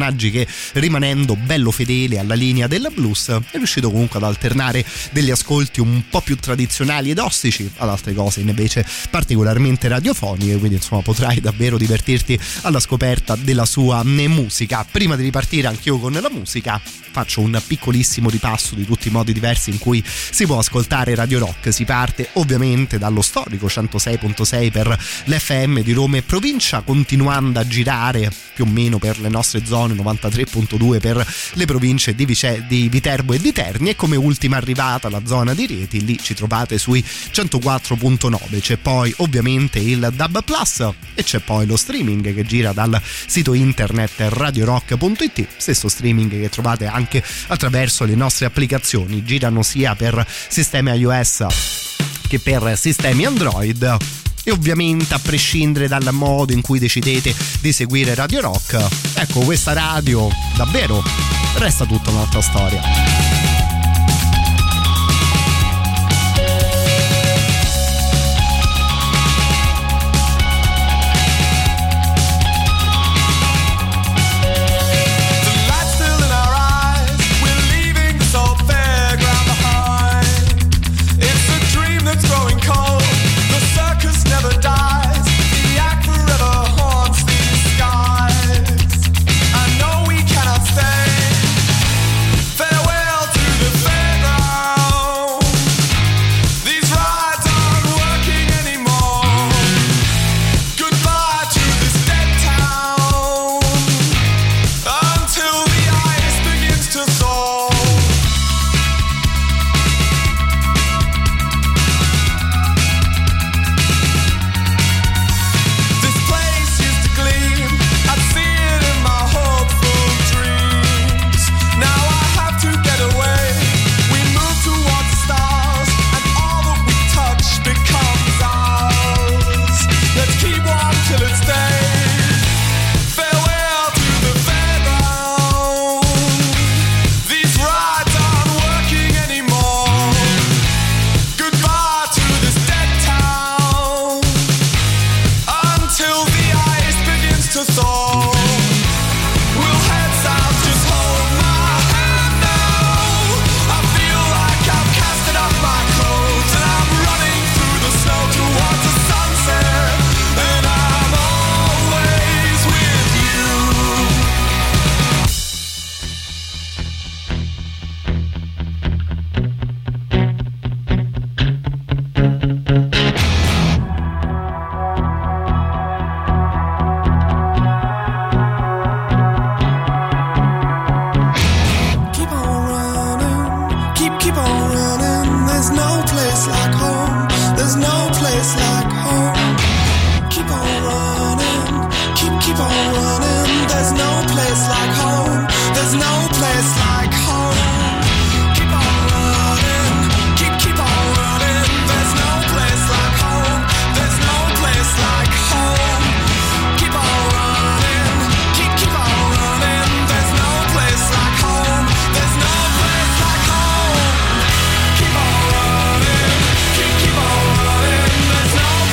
rimanendo bello fedele alla linea della blues, è riuscito comunque ad alternare degli ascolti un po' più tradizionali ed ostici ad altre cose invece particolarmente radiofoniche, quindi insomma potrai davvero divertirti alla scoperta della sua musica. Prima di ripartire anch'io con la musica faccio un piccolissimo ripasso di tutti i modi diversi in cui si può ascoltare Radio Rock. Si parte ovviamente dallo storico centosei virgola sei per l'F M di Roma e provincia, continuando a girare più o meno per le nostre zone, novantatré virgola due per le province di, Vice- di Viterbo e di Terni, e come ultima arrivata la zona di Rieti, lì ci trovate sui centoquattro virgola nove. C'è poi ovviamente il D A B Plus e c'è poi lo streaming che gira dal sito internet radio rock punto it, stesso streaming che trovate anche attraverso le nostre applicazioni, girano sia per sistemi iOS che per sistemi Android. E ovviamente a prescindere dal modo in cui decidete di seguire Radio Rock, ecco, questa radio davvero resta tutta un'altra storia. There's no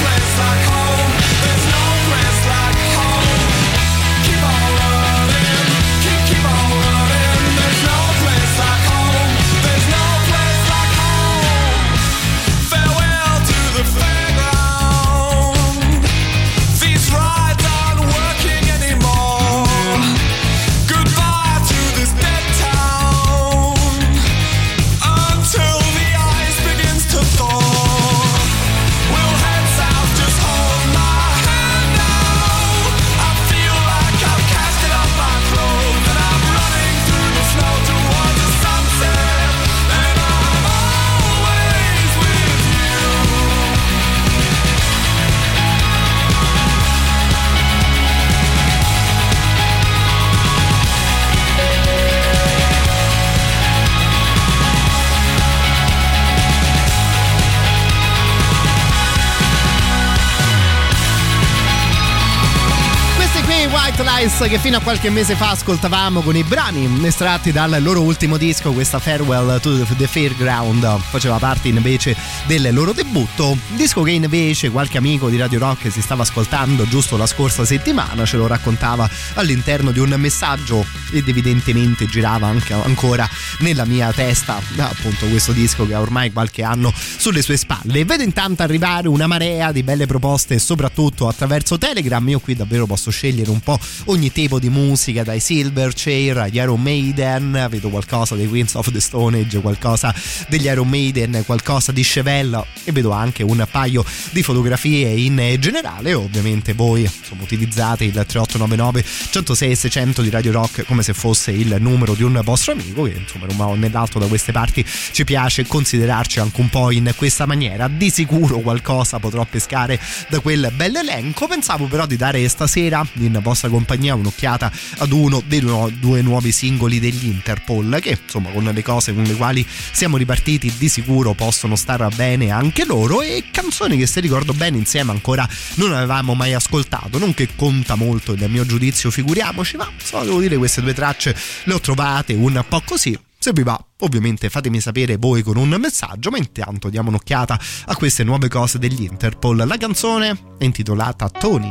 White Lies, che fino a qualche mese fa ascoltavamo con i brani estratti dal loro ultimo disco, questa Farewell to the Fairground faceva parte invece del loro debutto, disco che invece qualche amico di Radio Rock si stava ascoltando giusto la scorsa settimana ce lo raccontava all'interno di un messaggio ed evidentemente girava anche ancora nella mia testa, appunto questo disco che ha ormai qualche anno sulle sue spalle. Vedo intanto arrivare una marea di belle proposte soprattutto attraverso Telegram. Io qui davvero posso scegliere un po' ogni tipo di musica, dai Silverchair agli Iron Maiden, vedo qualcosa dei Queens of the Stone Age, qualcosa degli Iron Maiden, qualcosa di Chevelle e vedo anche un paio di fotografie in generale. Ovviamente voi insomma utilizzate il tre otto nove nove uno zero sei seicento di Radio Rock come se fosse il numero di un vostro amico, che insomma in un modo o nell'altro da queste parti ci piace considerarci anche un po' in questa maniera. Di sicuro qualcosa potrò pescare da quel bell'elenco. Pensavo però di dare stasera in vostra compagnia un'occhiata ad uno dei nu- due nuovi singoli degli Interpol, che insomma con le cose con le quali siamo ripartiti di sicuro possono star bene anche loro, e canzoni che, se ricordo bene, insieme ancora non avevamo mai ascoltato. Non che conta molto il mio giudizio, figuriamoci, ma insomma devo dire queste due tracce le ho trovate un po' così. Se vi va, ovviamente fatemi sapere voi con un messaggio, ma intanto diamo un'occhiata a queste nuove cose degli Interpol. La canzone è intitolata Tony.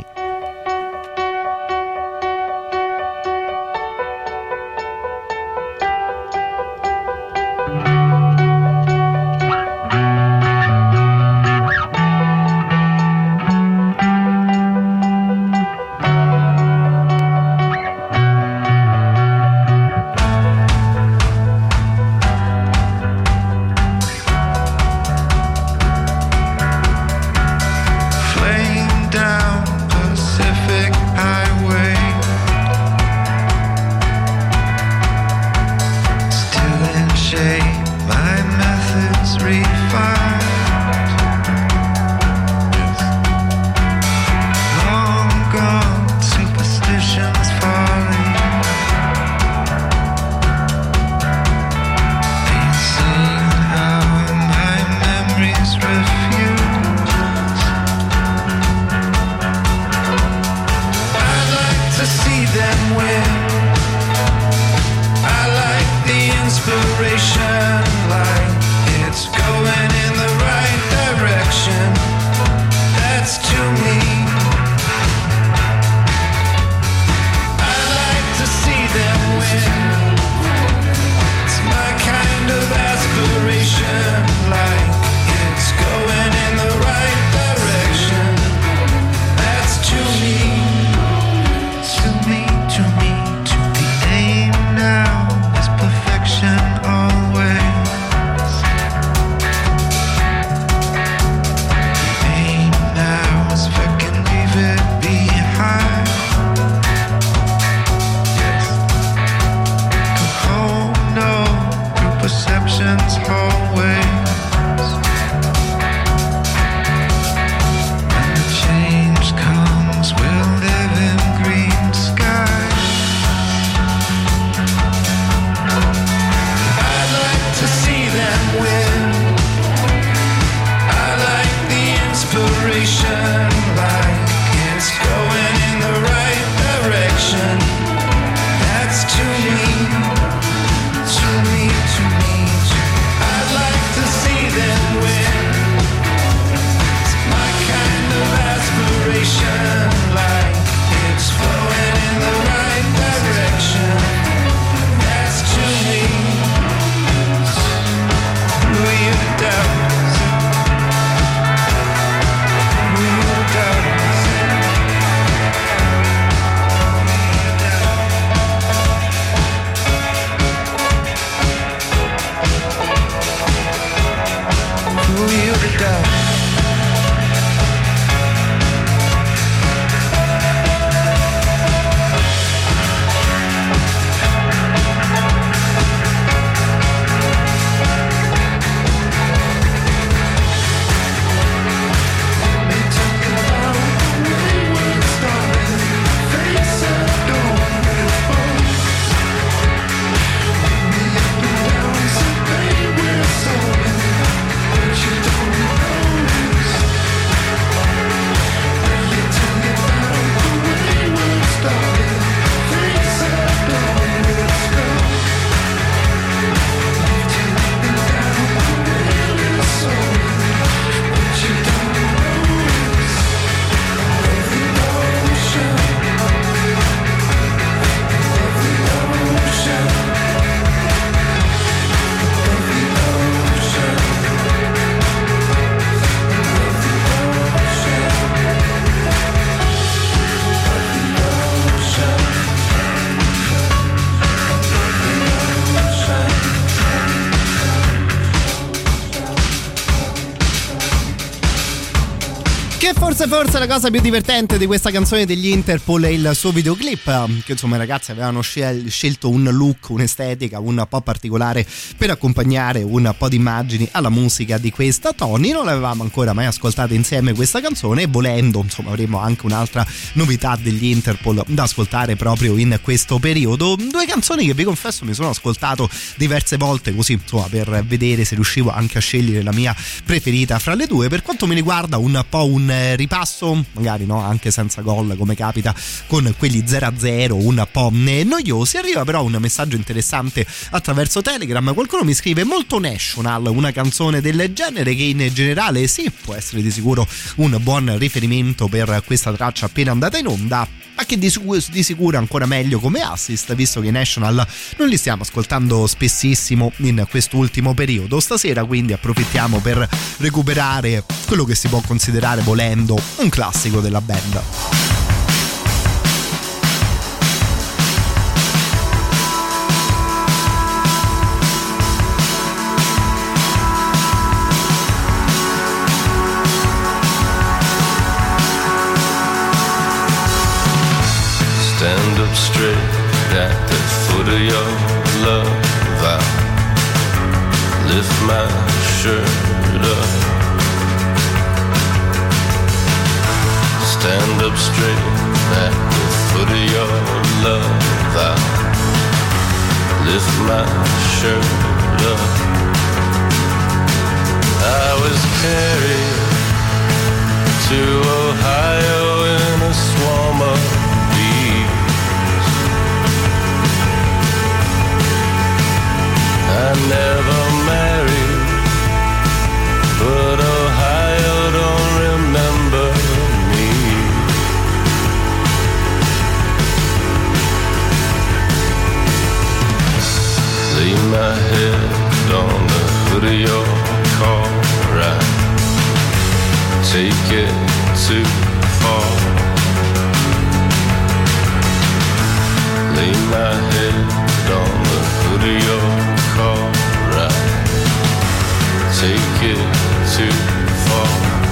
forse forse la cosa più divertente di questa canzone degli Interpol è il suo videoclip, che insomma i ragazzi avevano scel- scelto un look, un'estetica un po' particolare per accompagnare un po' di immagini alla musica di questa Tony. Non l'avevamo ancora mai ascoltata insieme questa canzone e volendo insomma avremo anche un'altra novità degli Interpol da ascoltare proprio in questo periodo. Due canzoni che vi confesso mi sono ascoltato diverse volte così insomma per vedere se riuscivo anche a scegliere la mia preferita fra le due. Per quanto mi riguarda un po' un ripasso, magari no, anche senza gol come capita con quelli zero a zero un po' noiosi. Arriva però un messaggio interessante attraverso Telegram, qualcuno mi scrive molto national, una canzone del genere che in generale sì, può essere di sicuro un buon riferimento per questa traccia appena andata in onda, ma che di, di sicuro ancora meglio come assist, visto che i National non li stiamo ascoltando spessissimo in quest'ultimo periodo. Stasera quindi approfittiamo per recuperare quello che si può considerare, volendo, un classico della band. Stand up straight at the foot of your love. I lift my shirt up. Stand up straight at the foot of your love. I lift my shirt up. I was carried to Ohio in a swarm of I never married, but Ohio don't remember me. Lay my head on the hood of your car, right? Take it too far. Lay my head on the hood of your car, right? Take it too far.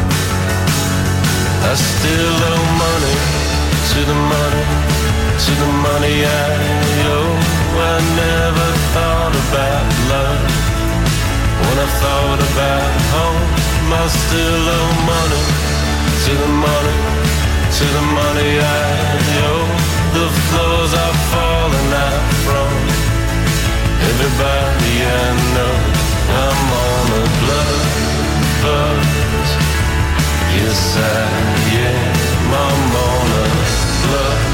I still owe money to the money, to the money I owe. I never thought about love when I thought about home. I still owe money to the money, to the money I owe. The floors are falling out from everybody I know. I'm on a blood buzz. Yes I am. I'm on a blood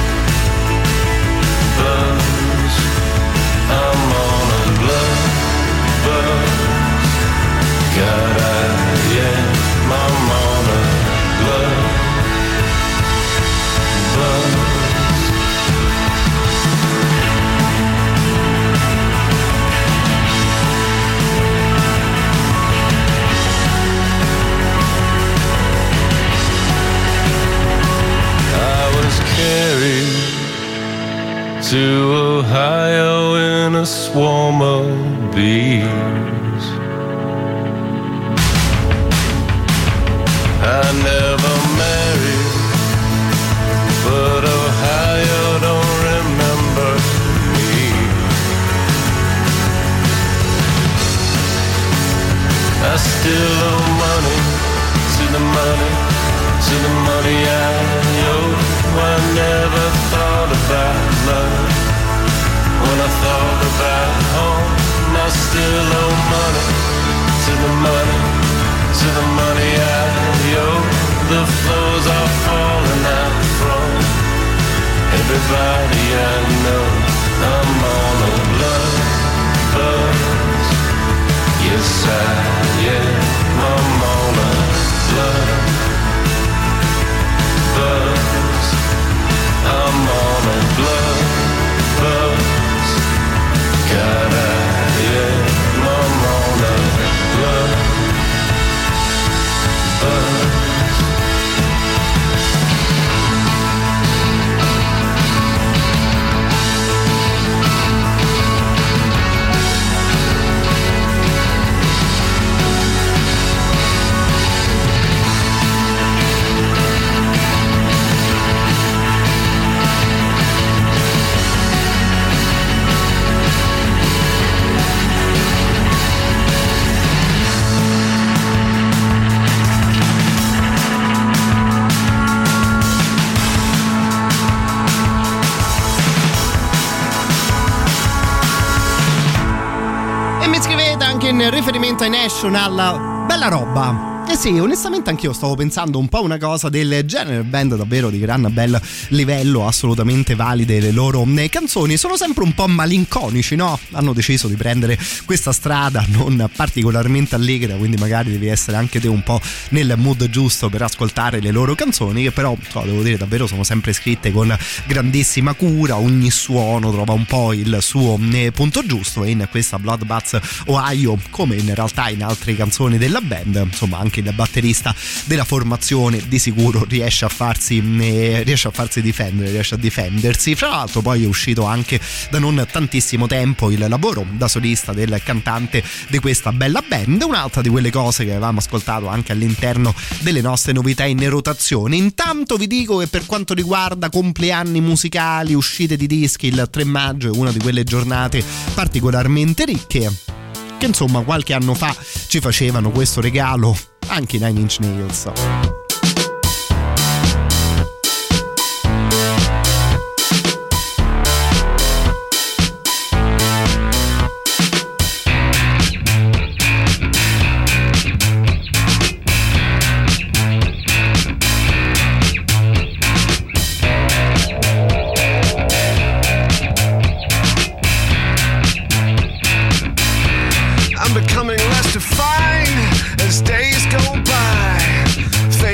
buzz. I'm on a blood buzz. God I am. I'm on a blood buzz. Carried to Ohio in a swarm of bees. I never married, but Ohio don't remember me. I still owe money to the money, to the money I owe. I never thought about love when I thought about home. I still owe money to the money, to the money I owe. The floors are falling out from everybody I know. I'm on a blood buzz. Yes I am. I'm on a blood buzz. I'm on a blood buzz. God I am. I'm on a blood in riferimento ai National, bella roba. Eh sì, onestamente anch'io stavo pensando un po' una cosa del genere, band davvero di gran bel livello, assolutamente valide le loro canzoni, sono sempre un po' malinconici, no? Hanno deciso di prendere questa strada non particolarmente allegra, quindi magari devi essere anche te un po' nel mood giusto per ascoltare le loro canzoni, che però, so, devo dire, davvero sono sempre scritte con grandissima cura, ogni suono trova un po' il suo punto giusto, e in questa Bloodbath Ohio, come in realtà in altre canzoni della band, insomma anche il batterista della formazione di sicuro riesce a farsi eh, riesce a farsi difendere, riesce a difendersi. Fra l'altro poi è uscito anche da non tantissimo tempo il lavoro da solista del cantante di questa bella band, un'altra di quelle cose che avevamo ascoltato anche all'interno delle nostre novità in rotazione. Intanto vi dico che per quanto riguarda compleanni musicali, uscite di dischi, il tre maggio è una di quelle giornate particolarmente ricche che insomma qualche anno fa ci facevano questo regalo anche i Nine Inch Nails. I'm becoming less defined as days go by.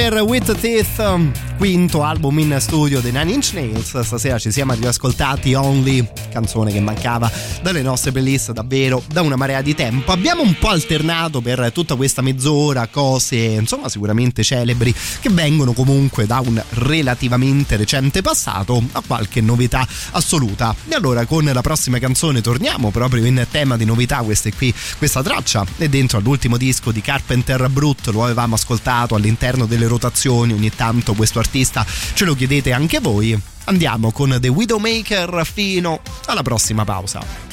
per With Teeth, quinto album in studio dei Nine Inch Nails. Stasera ci siamo riascoltati Only, canzone che mancava dalle nostre playlist davvero da una marea di tempo. Abbiamo un po' alternato per tutta questa mezz'ora cose insomma sicuramente celebri che vengono comunque da un relativamente recente passato a qualche novità assoluta. E allora con la prossima canzone torniamo proprio in tema di novità. Questa è qui, questa traccia è dentro all'ultimo disco di Carpenter Brut, lo avevamo ascoltato all'interno delle rotazioni, ogni tanto questo artista ce lo chiedete anche voi. Andiamo con The Widowmaker fino alla prossima pausa.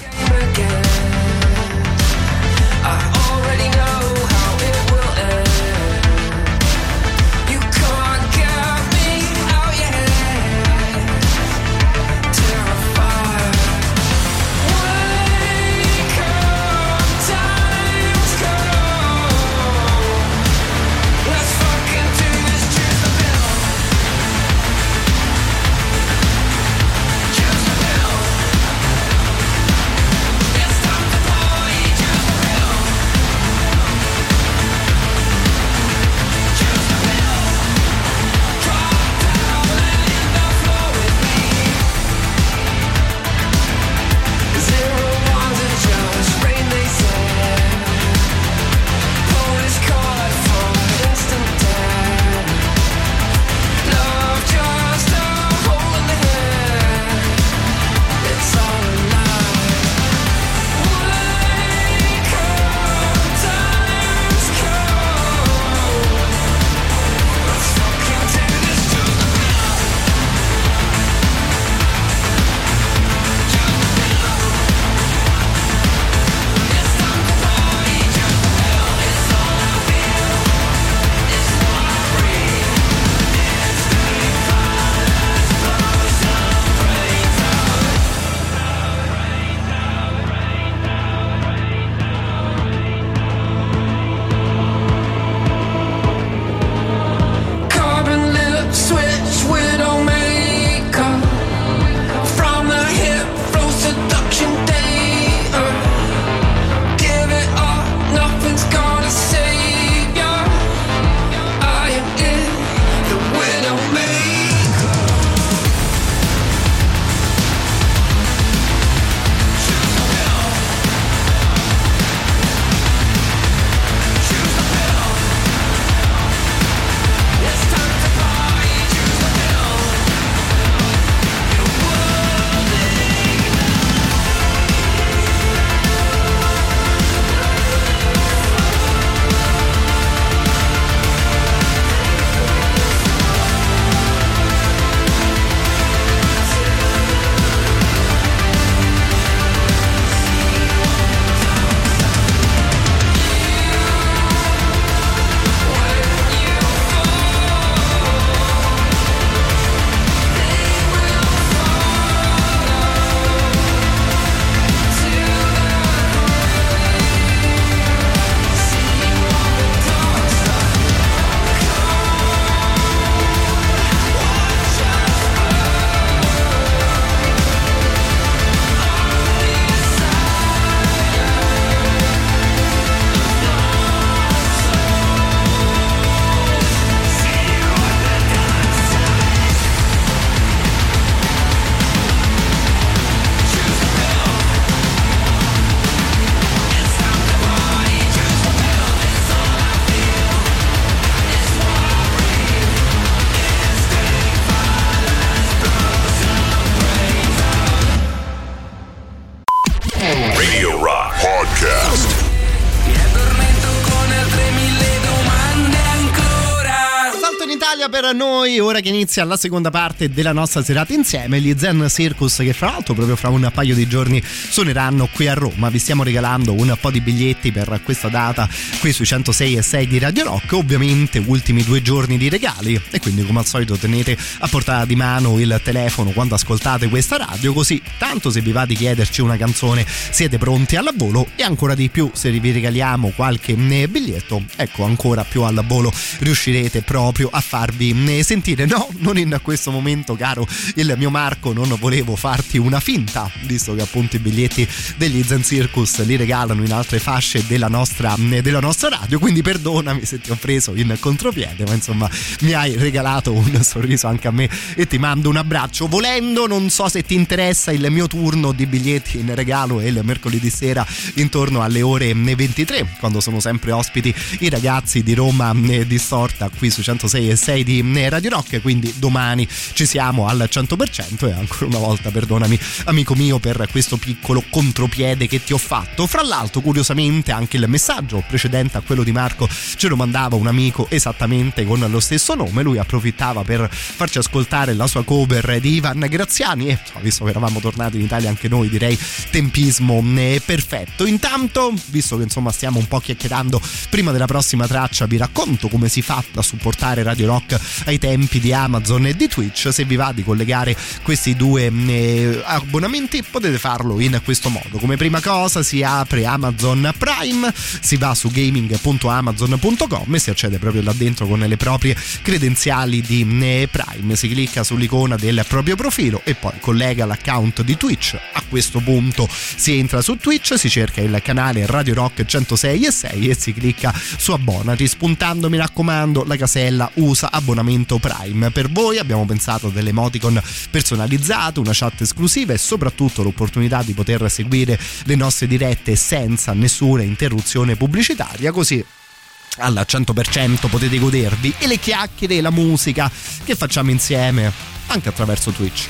Per noi, ora che inizia la seconda parte della nostra serata insieme, gli Zen Circus, che fra l'altro proprio fra un paio di giorni suoneranno qui a Roma. Vi stiamo regalando un po' di biglietti per questa data qui sui centosei e sei di Radio Rock, ovviamente ultimi due giorni di regali, e quindi come al solito tenete a portata di mano il telefono quando ascoltate questa radio, così tanto se vi va di chiederci una canzone siete pronti al volo, e ancora di più se vi regaliamo qualche biglietto, ecco ancora più al volo riuscirete proprio a farvi farvi sentire. No, non in questo momento, caro il mio Marco, non volevo farti una finta, visto che appunto i biglietti degli Zen Circus li regalano in altre fasce della nostra, della nostra radio, quindi perdonami se ti ho preso in contropiede, ma insomma mi hai regalato un sorriso anche a me e ti mando un abbraccio. Volendo, non so se ti interessa il mio turno di biglietti in regalo è il mercoledì sera intorno alle ore ventitré, quando sono sempre ospiti i ragazzi di Roma Distorta qui su centosei e sei di Radio Rock, quindi domani ci siamo al cento per cento. E ancora una volta perdonami amico mio per questo piccolo contropiede che ti ho fatto. Fra l'altro, curiosamente, anche il messaggio precedente a quello di Marco ce lo mandava un amico esattamente con lo stesso nome. Lui approfittava per farci ascoltare la sua cover di Ivan Graziani e, visto che eravamo tornati in Italia anche noi, direi tempismo perfetto. Intanto, visto che insomma stiamo un po' chiacchierando prima della prossima traccia, vi racconto come si fa a supportare Radio Rock ai tempi di Amazon e di Twitch. Se vi va di collegare questi due eh, abbonamenti, potete farlo in questo modo. Come prima cosa si apre Amazon Prime, si va su gaming punto amazon punto com e si accede proprio là dentro con le proprie credenziali di eh, Prime. Si clicca sull'icona del proprio profilo e poi collega l'account di Twitch. A questo punto si entra su Twitch, si cerca il canale Radio Rock centosei e sei e si clicca su abbonati, spuntando, mi raccomando, la casella usa abbonamento Prime. Per voi abbiamo pensato delle emoticon personalizzate, una chat esclusiva e soprattutto l'opportunità di poter seguire le nostre dirette senza nessuna interruzione pubblicitaria, così al cento per cento potete godervi e le chiacchiere e la musica che facciamo insieme anche attraverso Twitch.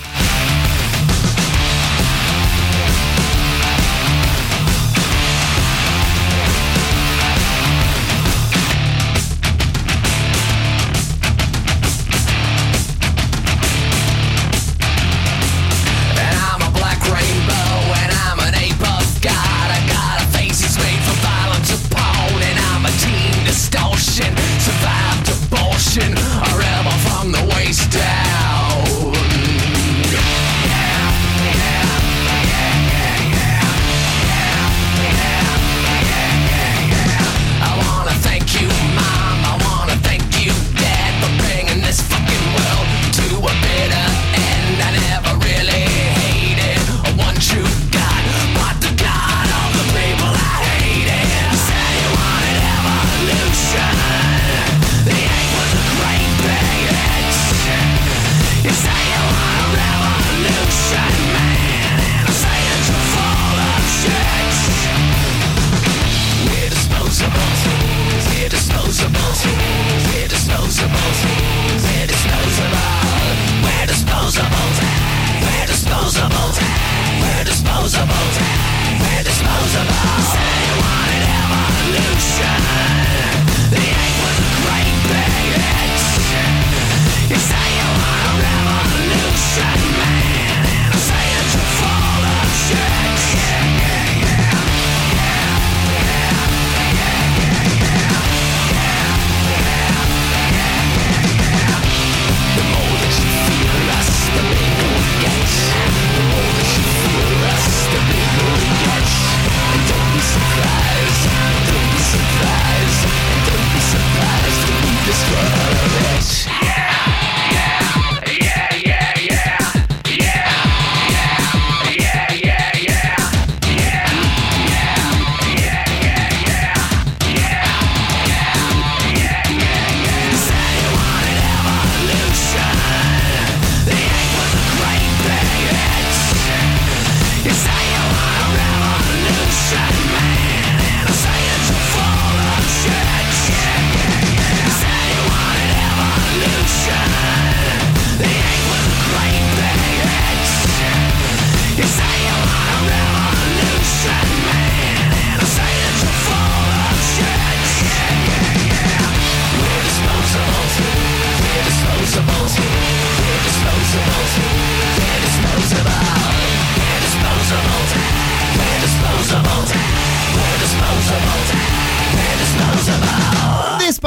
Survived abortion, a rebel from the waist down.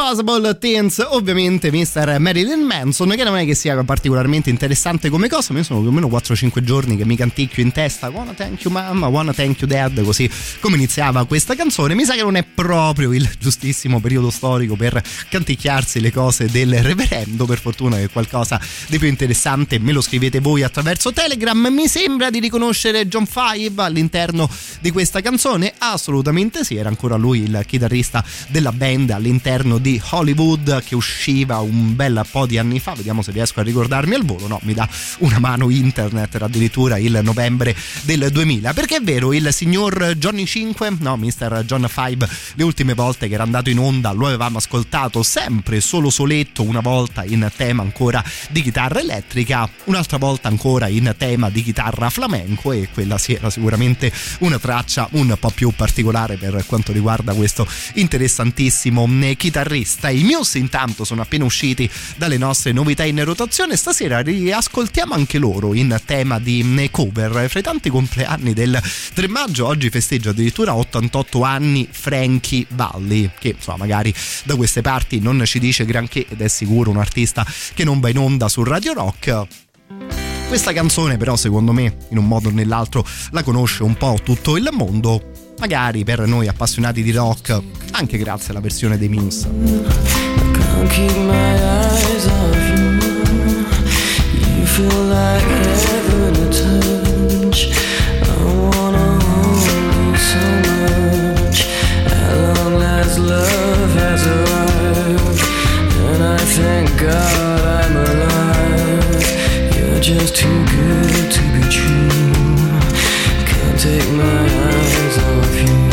Impossible Things, ovviamente mister Marilyn Manson, che non è che sia particolarmente interessante come cosa, ma io sono più o meno quattro cinque giorni che mi canticchio in testa Wanna thank you mama, wanna thank you dad, così come iniziava questa canzone. Mi sa che non è proprio il giustissimo periodo storico per canticchiarsi le cose del reverendo, per fortuna che qualcosa di più interessante me lo scrivete voi attraverso Telegram. Mi sembra di riconoscere John Five all'interno di questa canzone, assolutamente sì, era ancora lui il chitarrista della band all'interno di Hollywood, che usciva un bel po' di anni fa, vediamo se riesco a ricordarmi al volo, no, mi dà una mano internet, era addirittura il novembre del duemila, perché è vero, il signor Johnny cinque, no, mister John Five, le ultime volte che era andato in onda lo avevamo ascoltato sempre solo soletto, una volta in tema ancora di chitarra elettrica, un'altra volta ancora in tema di chitarra flamenco, e quella sì era sicuramente una traccia un po' più particolare per quanto riguarda questo interessantissimo chitarrista. I Muse intanto sono appena usciti dalle nostre novità in rotazione, stasera riascoltiamo anche loro in tema di cover. Fra i tanti compleanni del tre maggio oggi festeggia addirittura ottantotto anni Frankie Valli, che insomma magari da queste parti non ci dice granché ed è sicuro un artista che non va in onda su Radio Rock. Questa canzone però secondo me in un modo o nell'altro la conosce un po' tutto il mondo, magari per noi appassionati di rock anche grazie alla versione dei Muse. Can't keep my eyes off you. You feel like heaven to touch. I wanna hold you so much. At long last love has arrived, and I thank God I'm alive. You're just too good to be true. Can't take my eyes off you.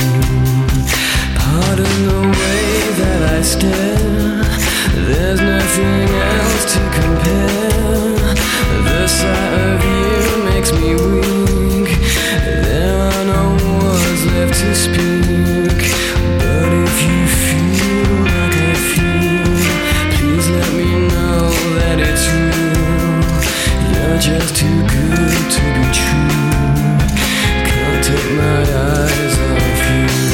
Pardon the way that I stare, there's nothing else to compare. The sight of you makes me weak. There are no words left to speak. But if you feel like I feel, please let me know that it's real. You're just too good to be true. Can't take my eyes off you.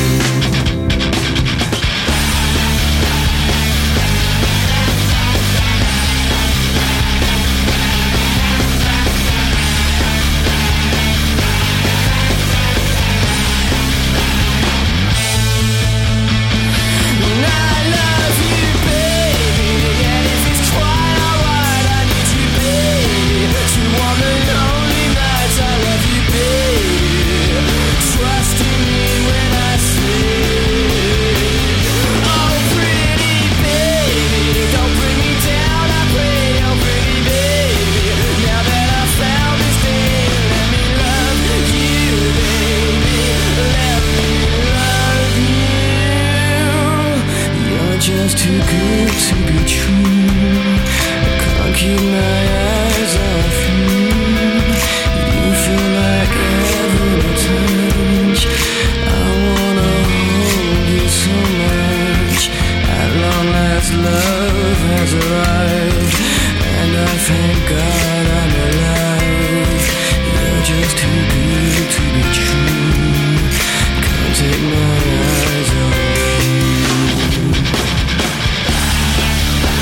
Just too good to be true. I can't keep my eyes off you. You feel like heaven to touch. I wanna hold you so much. At long last love has arrived, and I thank God I'm alive. You're just too good to be true. Can't take my eyes off you.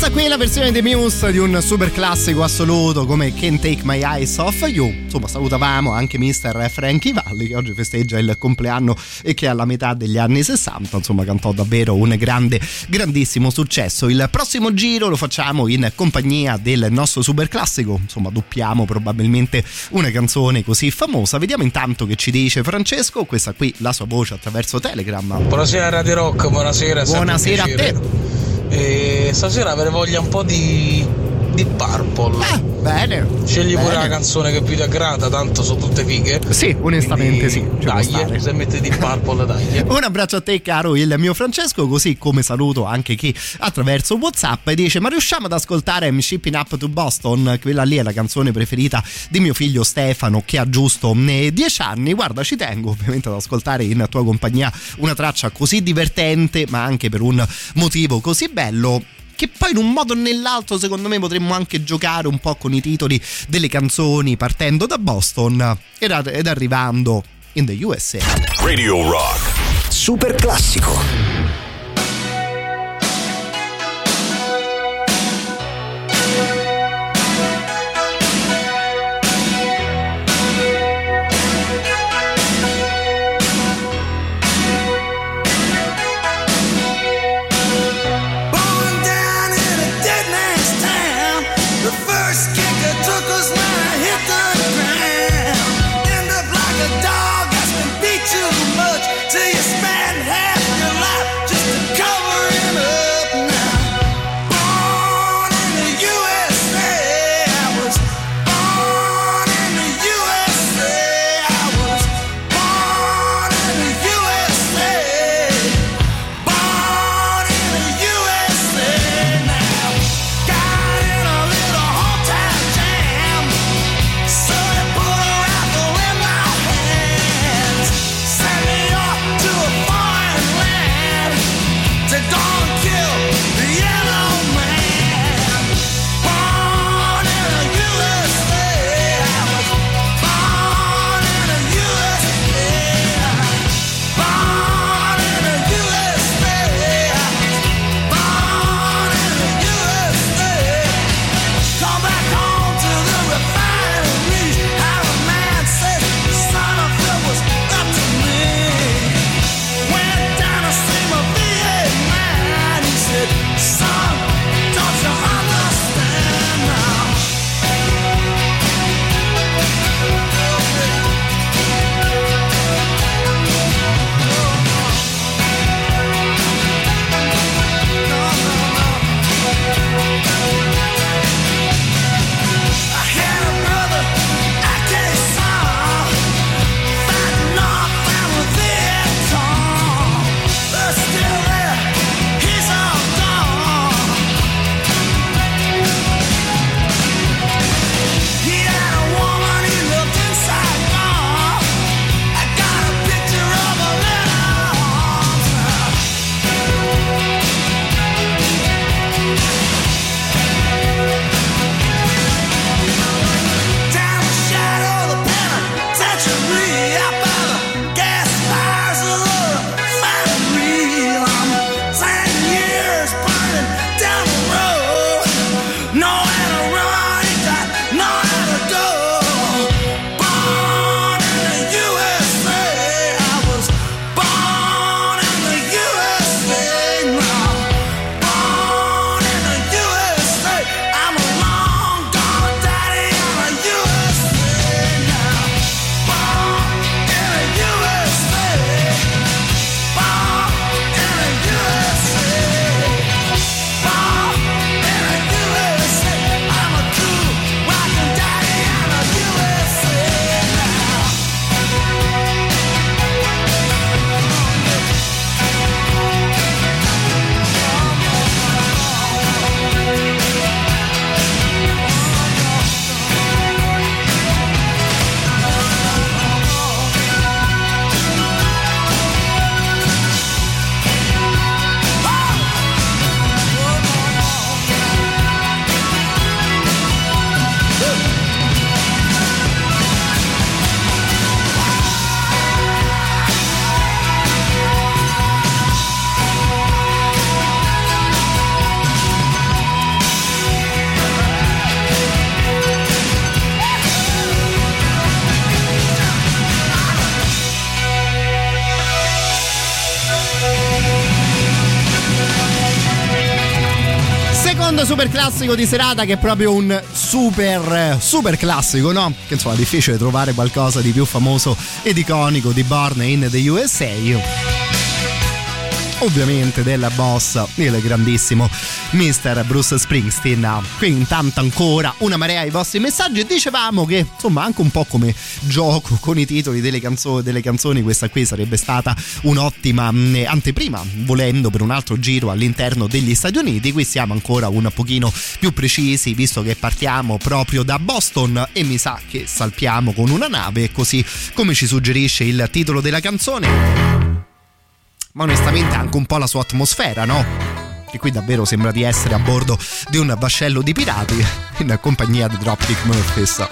Questa qui è la versione dei Muse di un super classico assoluto come Can't Take My Eyes Off You. Insomma, salutavamo anche mister Frankie Valli, che oggi festeggia il compleanno e che alla metà degli anni sessanta insomma cantò davvero un grande, grandissimo successo. Il prossimo giro lo facciamo in compagnia del nostro super classico, insomma doppiamo probabilmente una canzone così famosa. Vediamo intanto che ci dice Francesco, questa qui la sua voce attraverso Telegram. Buonasera Radio Rock, buonasera. Buonasera a te. E stasera avrei voglia un po' di, di Purple. Ah, bene. Scegli bene. pure la canzone che più ti aggrada, tanto sono tutte fighe. Sì, onestamente quindi, sì. Dai, se metti di Purple, dai. Un abbraccio a te, caro il mio Francesco, così come saluto anche chi attraverso WhatsApp dice: ma riusciamo ad ascoltare I'm Shipping Up to Boston? Quella lì è la canzone preferita di mio figlio Stefano, che ha giusto dieci anni. Guarda, ci tengo ovviamente ad ascoltare in tua compagnia una traccia così divertente, ma anche per un motivo così bello, che poi in un modo o nell'altro secondo me potremmo anche giocare un po' con i titoli delle canzoni, partendo da Boston ed, ed arrivando in the U S A. Radio Rock Super classico. Till you spend half your life Secondo super classico di serata, che è proprio un super super classico, no? Che insomma è difficile trovare qualcosa di più famoso ed iconico di Born in the U S A. Ovviamente della boss, il grandissimo mister Bruce Springsteen. Qui intanto ancora una marea di vostri messaggi, e dicevamo che insomma anche un po' come gioco con i titoli delle canzoni, delle canzoni questa qui sarebbe stata un'ottima mh, anteprima, volendo, per un altro giro all'interno degli Stati Uniti. Qui siamo ancora un pochino più precisi, visto che partiamo proprio da Boston e mi sa che salpiamo con una nave, così come ci suggerisce il titolo della canzone, ma onestamente anche un po' la sua atmosfera, no? Che qui davvero sembra di essere a bordo di un vascello di pirati in compagnia di Dropkick Murphys.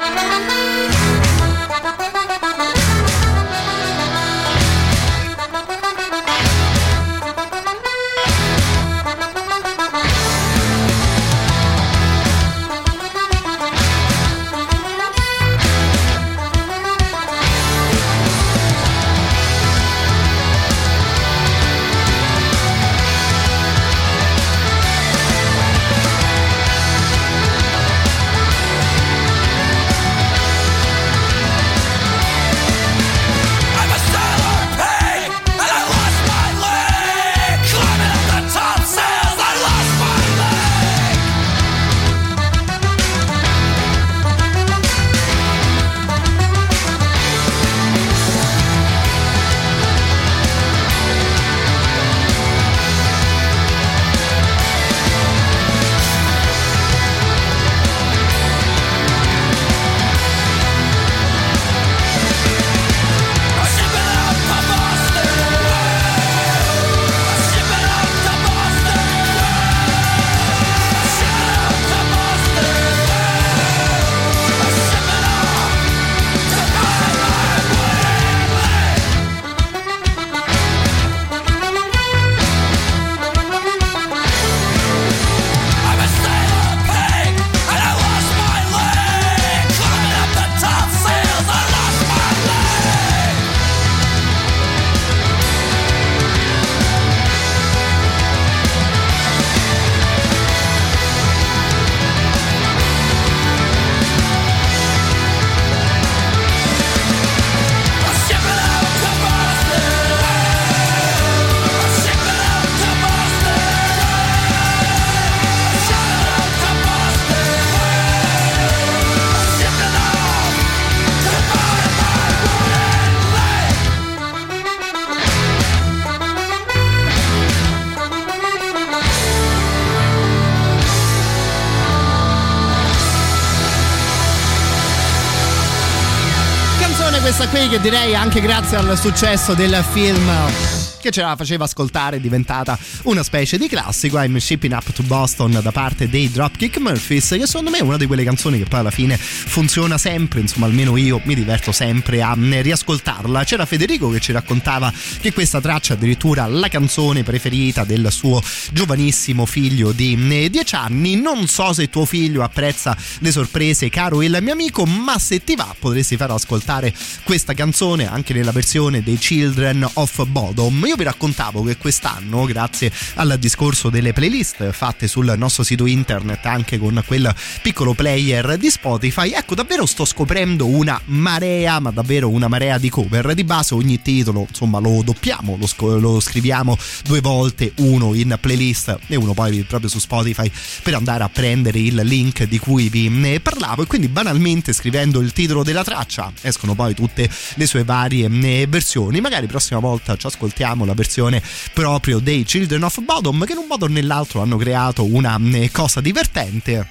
Questa qui che direi anche grazie al successo del film che ce la faceva ascoltare è diventata una specie di classico. I'm Shipping Up to Boston da parte dei Dropkick Murphys, che secondo me è una di quelle canzoni che poi alla fine funziona sempre, insomma almeno io mi diverto sempre a riascoltarla. C'era Federico che ci raccontava che questa traccia è addirittura la canzone preferita del suo giovanissimo figlio di dieci anni. Non so se tuo figlio apprezza le sorprese, caro il mio amico, ma se ti va potresti far ascoltare questa canzone anche nella versione dei Children of Bodom. Io vi raccontavo che quest'anno, grazie al discorso delle playlist fatte sul nostro sito internet anche con quel piccolo player di Spotify, ecco davvero sto scoprendo una marea, ma davvero una marea di cover. Di base ogni titolo insomma lo doppiamo, lo, sc- lo scriviamo due volte, uno in playlist e uno poi proprio su Spotify per andare a prendere il link di cui vi parlavo, e quindi banalmente scrivendo il titolo della traccia escono poi tutte le sue varie versioni. Magari prossima volta ci ascoltiamo la versione proprio dei Children of Bodom, che in un modo o nell'altro hanno creato una cosa divertente.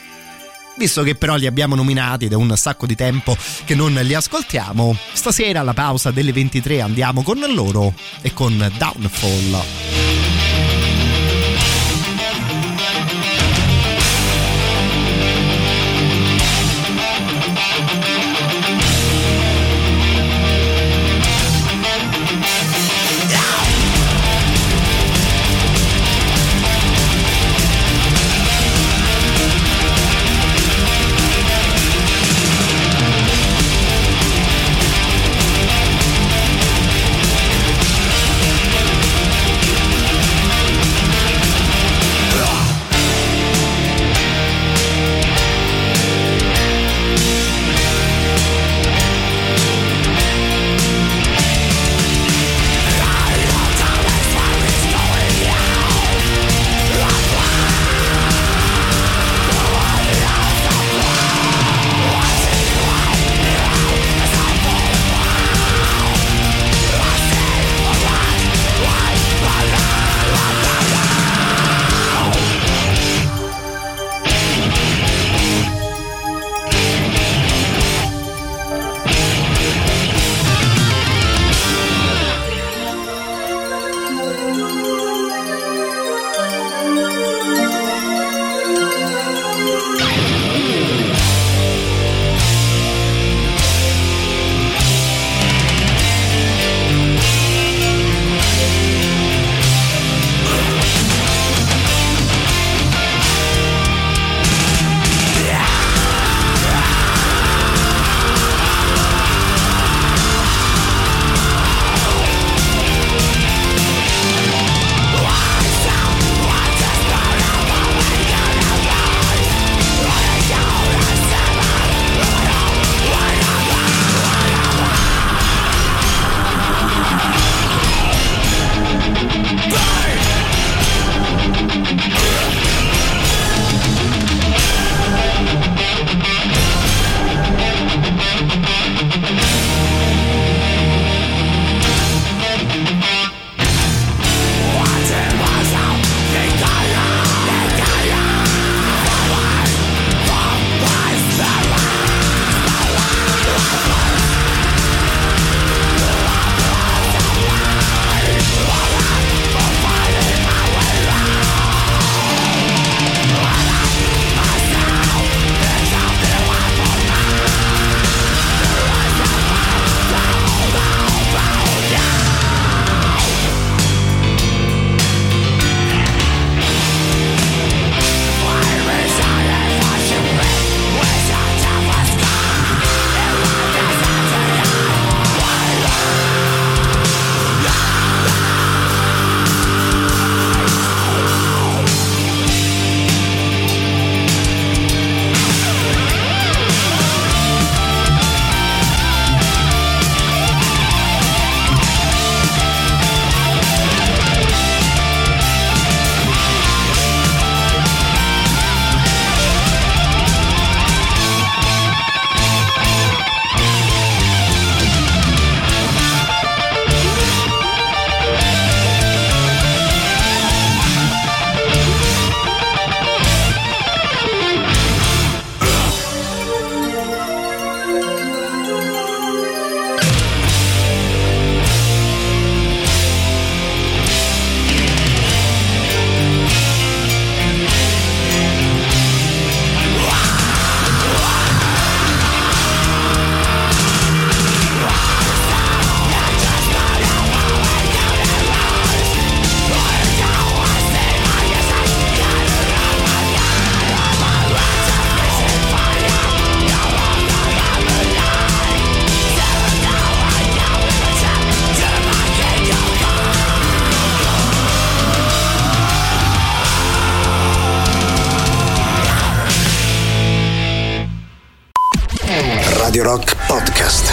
Visto che però li abbiamo nominati ed è un sacco di tempo che non li ascoltiamo, stasera alla pausa delle ventitré andiamo con loro e con Downfall. Yeah. Radio Rock Podcast.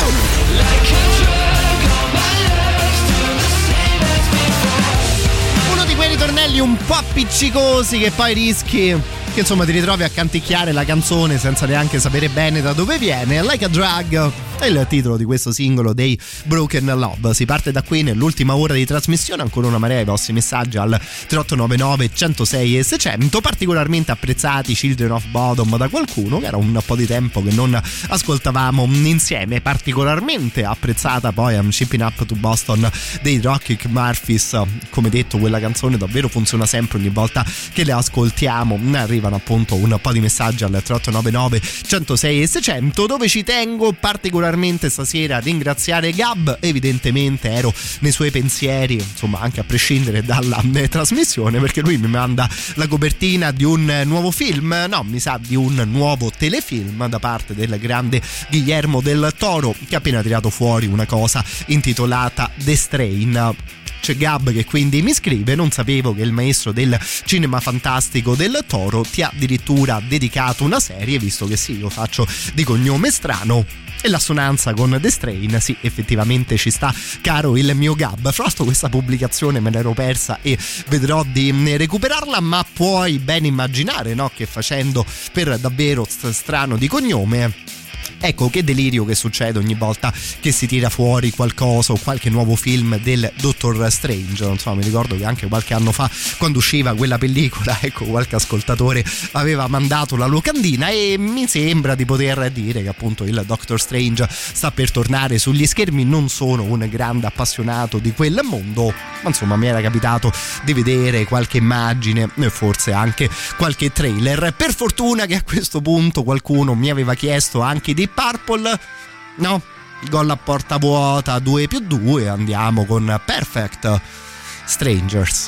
Uno di quei ritornelli un po' appiccicosi che poi rischi che insomma ti ritrovi a canticchiare la canzone senza neanche sapere bene da dove viene. Like a Drug è il titolo di questo singolo dei Broken Love. Si parte da qui nell'ultima ora di trasmissione, ancora una marea di vostri messaggi al tre otto nove nove uno zero sei e seicento, particolarmente apprezzati Children of Bodom da qualcuno, che era un po' di tempo che non ascoltavamo insieme. Particolarmente apprezzata poi I'm Shipping Up to Boston dei Dropkick Murphys. Come detto, quella canzone davvero funziona sempre ogni volta che le ascoltiamo. Arrivano appunto un po' di messaggi al tre otto nove nove uno zero sei e seicento, dove ci tengo particolarmente stasera a ringraziare Gab. Evidentemente ero nei suoi pensieri, insomma, anche a prescindere dalla eh, trasmissione, perché lui mi manda la copertina di un nuovo film, no, mi sa di un nuovo telefilm da parte del grande Guillermo del Toro, che ha appena tirato fuori una cosa intitolata The Strain. C'è Gab che quindi mi scrive: non sapevo che il maestro del cinema fantastico del Toro ti ha addirittura dedicato una serie, visto che sì, io faccio di cognome strano. E l'assonanza con The Strain, sì, effettivamente ci sta, caro il mio Gab. Fra l'altro questa pubblicazione me l'ero persa e vedrò di recuperarla, ma puoi ben immaginare, no, che facendo per davvero strano di cognome, ecco che delirio che succede ogni volta che si tira fuori qualcosa o qualche nuovo film del Doctor Strange. Insomma, mi ricordo che anche qualche anno fa, quando usciva quella pellicola, ecco, qualche ascoltatore aveva mandato la locandina, e mi sembra di poter dire che appunto il Doctor Strange sta per tornare sugli schermi. Non sono un grande appassionato di quel mondo, ma insomma mi era capitato di vedere qualche immagine e forse anche qualche trailer. Per fortuna che a questo punto qualcuno mi aveva chiesto anche di Purple, no, gol a porta vuota, due più due, andiamo con Perfect Strangers.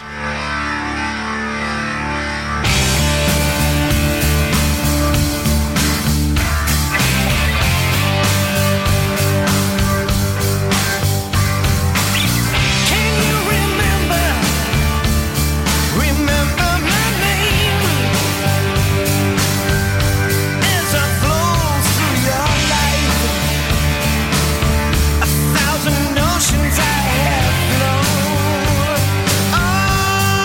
Oceans I have flown. Oh,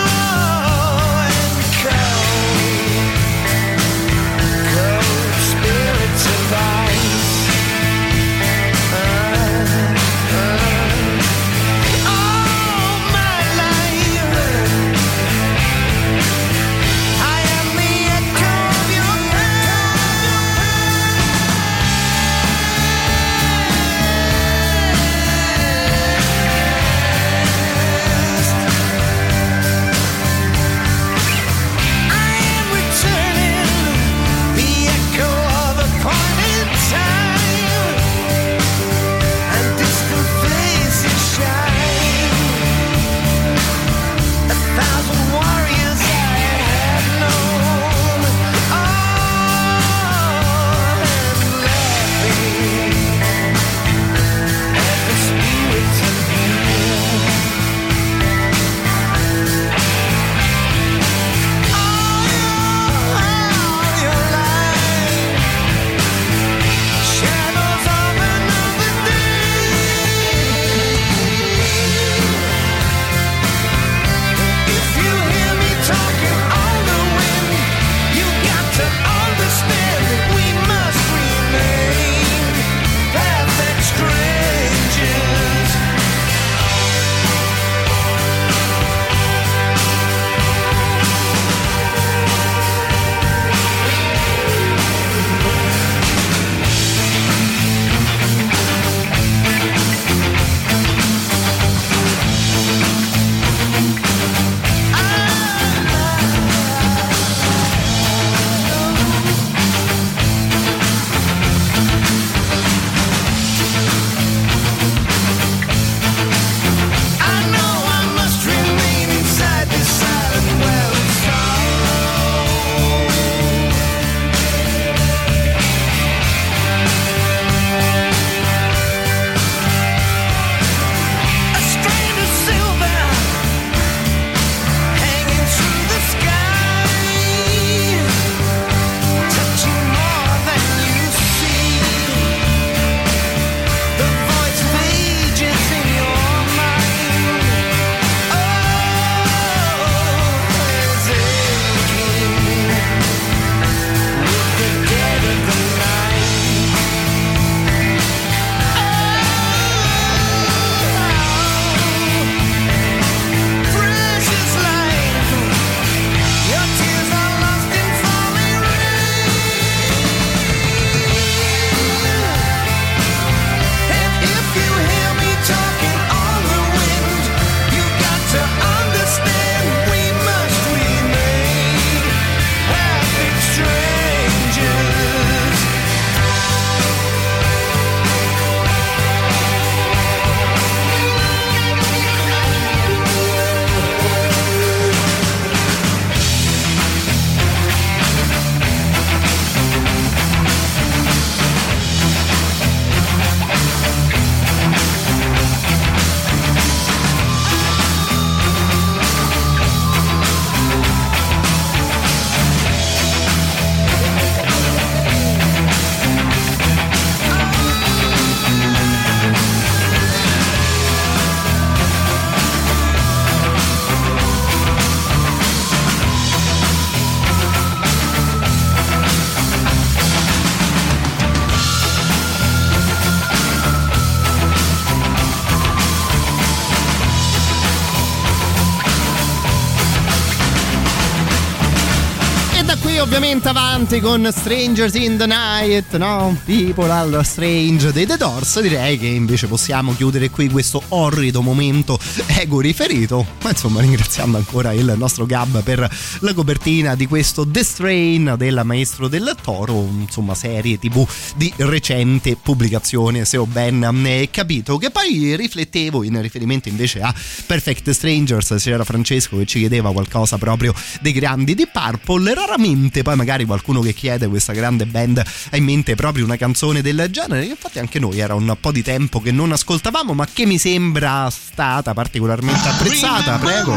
Ovviamente avanti con Strangers in the Night, no? People are strange dei The Doors. Direi che invece possiamo chiudere qui questo orrido momento ego riferito, ma insomma ringraziando ancora il nostro Gab per la copertina di questo The Strain del Maestro del Toro, insomma serie tv di recente pubblicazione, se ho ben capito. Che poi riflettevo in riferimento invece a Perfect Strangers, c'era Francesco che ci chiedeva qualcosa proprio dei grandi di Purple. Raramente poi magari qualcuno che chiede questa grande band ha in mente proprio una canzone del genere, che infatti anche noi era un po' di tempo che non ascoltavamo, ma che mi sembra stata particolarmente apprezzata. Prego.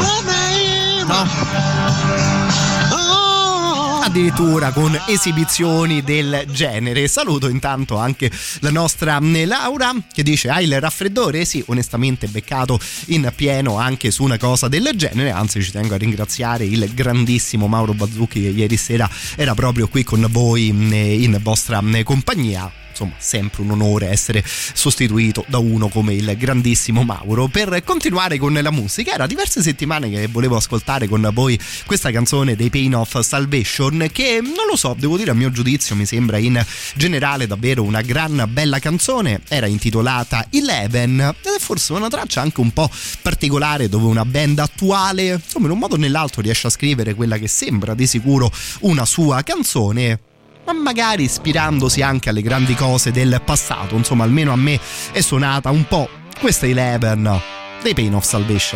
No? Addirittura con esibizioni del genere. Saluto intanto anche la nostra Laura che dice: hai il raffreddore? Sì, onestamente beccato in pieno anche su una cosa del genere, anzi ci tengo a ringraziare il grandissimo Mauro Bazzucchi che ieri sera era proprio qui con voi in vostra compagnia. Insomma, sempre un onore essere sostituito da uno come il grandissimo Mauro. Per continuare con la musica, era diverse settimane che volevo ascoltare con voi questa canzone dei Pain of Salvation, che non lo so, devo dire a mio giudizio mi sembra in generale davvero una gran bella canzone. Era intitolata Eleven ed è forse una traccia anche un po' particolare, dove una band attuale, insomma, in un modo o nell'altro riesce a scrivere quella che sembra di sicuro una sua canzone, ma magari ispirandosi anche alle grandi cose del passato. Insomma, almeno a me è suonata un po' questa Eleven dei Pain of Salvation.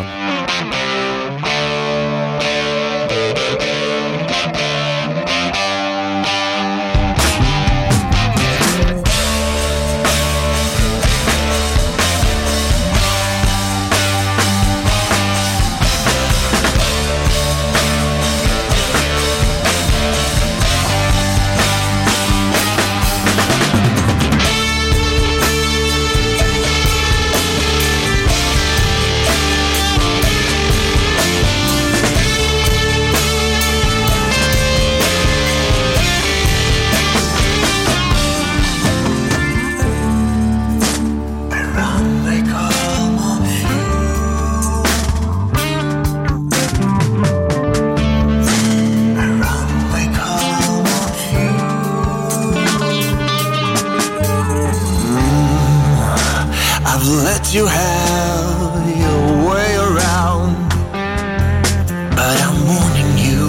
You have your way around, but I'm warning you,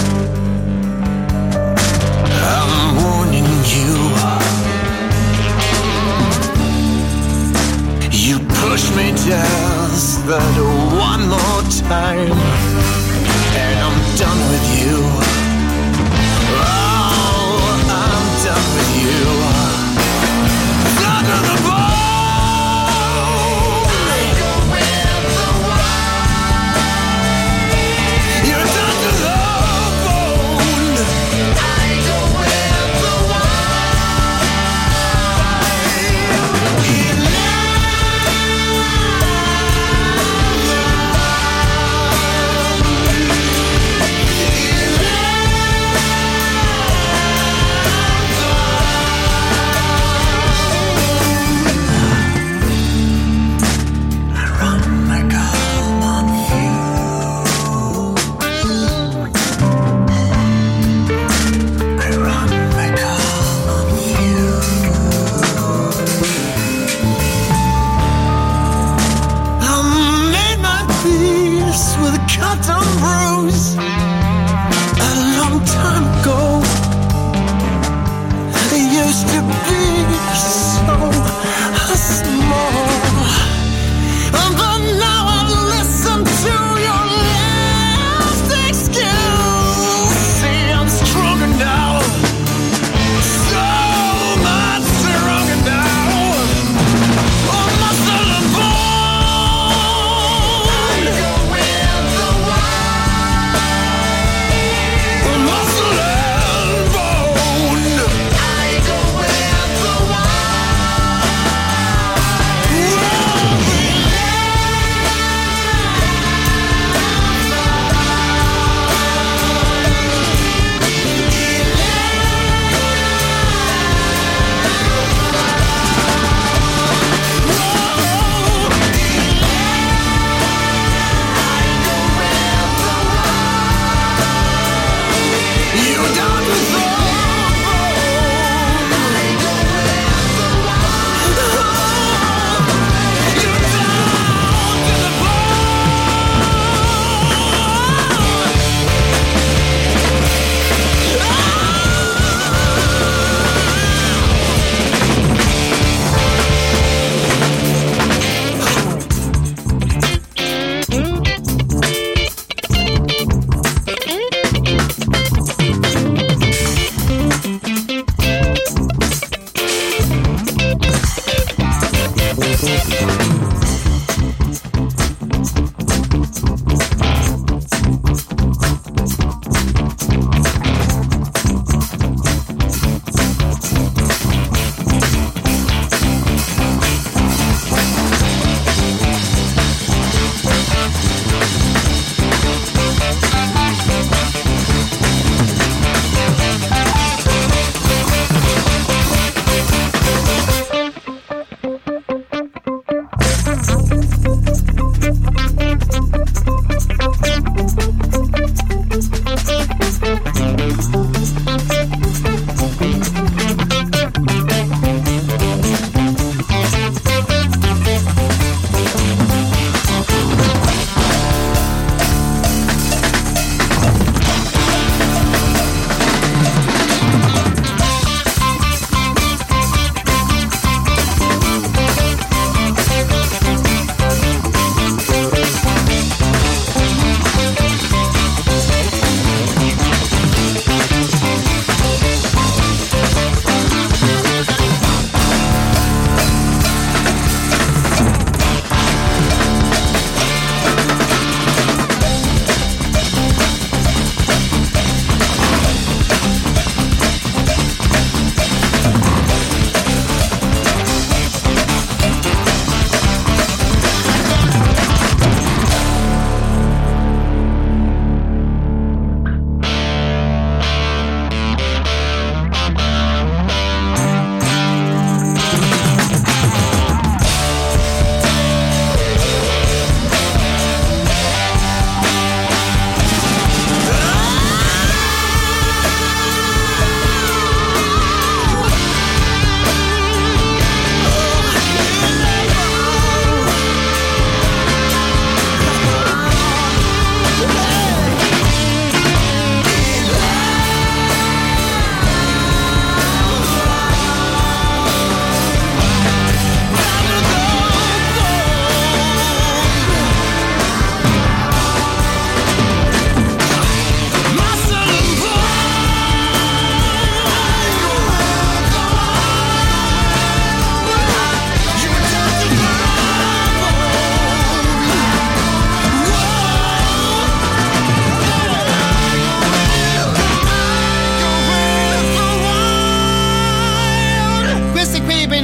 I'm warning you. You push me just that one more time, and I'm done with you. Oh, I'm done with you. Done to the bone. Muscle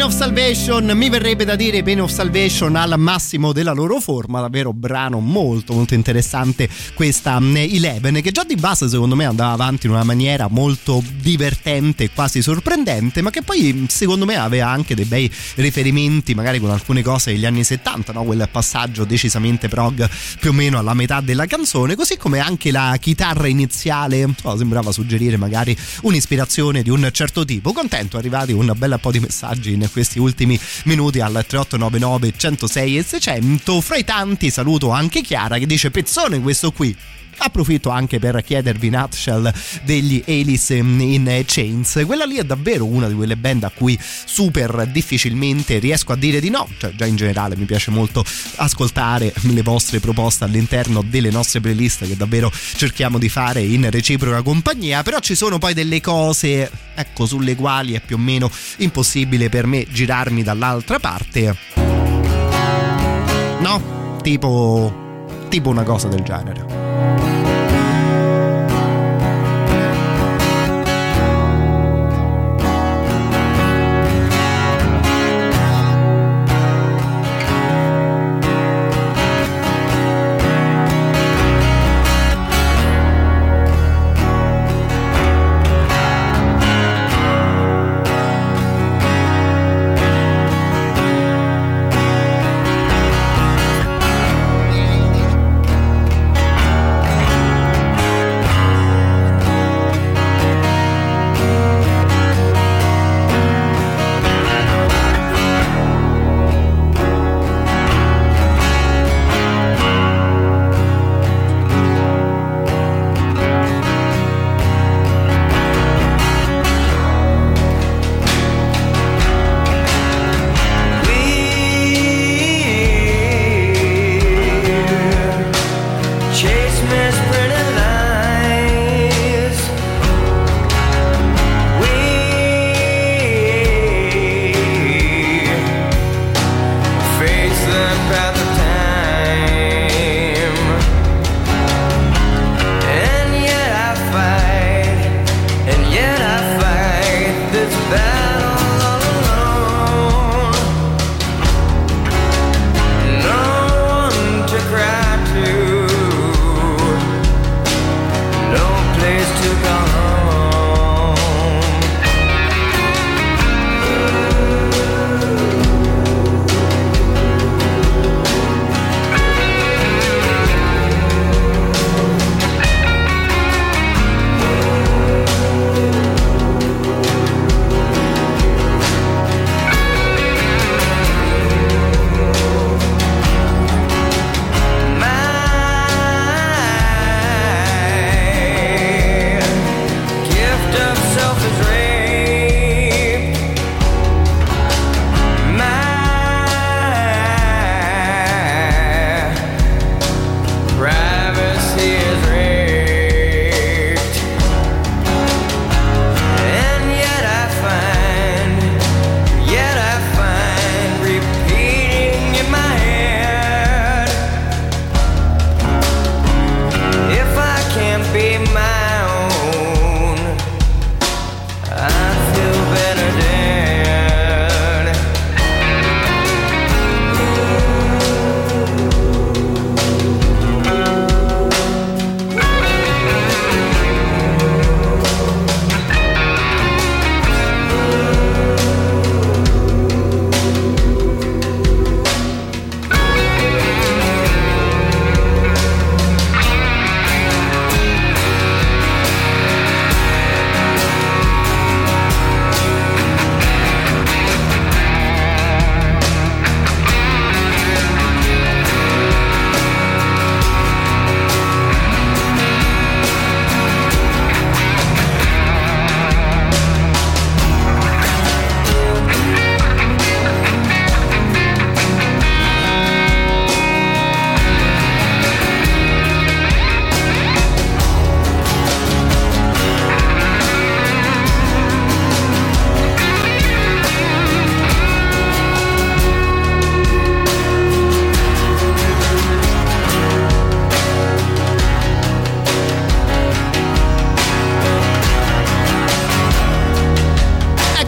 of Salvation, mi verrebbe da dire Pain of Salvation al massimo della loro forma, davvero brano molto molto interessante questa Eleven, che già di base secondo me andava avanti in una maniera molto divertente, quasi sorprendente, ma che poi secondo me aveva anche dei bei riferimenti magari con alcune cose degli anni settanta, no? Quel passaggio decisamente prog più o meno alla metà della canzone, così come anche la chitarra iniziale oh, sembrava suggerire magari un'ispirazione di un certo tipo. Contento, arrivati un bel po' di messaggi in questi ultimi minuti al tre otto nove nove uno zero sei e seicento. Fra i tanti saluto anche Chiara che dice: pezzone questo qui. Approfitto anche per chiedervi Nutshell degli Alice in Chains. Quella lì è davvero una di quelle band a cui super difficilmente riesco a dire di no, cioè già in generale mi piace molto ascoltare le vostre proposte all'interno delle nostre playlist che davvero cerchiamo di fare in reciproca compagnia, però ci sono poi delle cose, ecco, sulle quali è più o meno impossibile per me girarmi dall'altra parte, no? Tipo tipo una cosa del genere.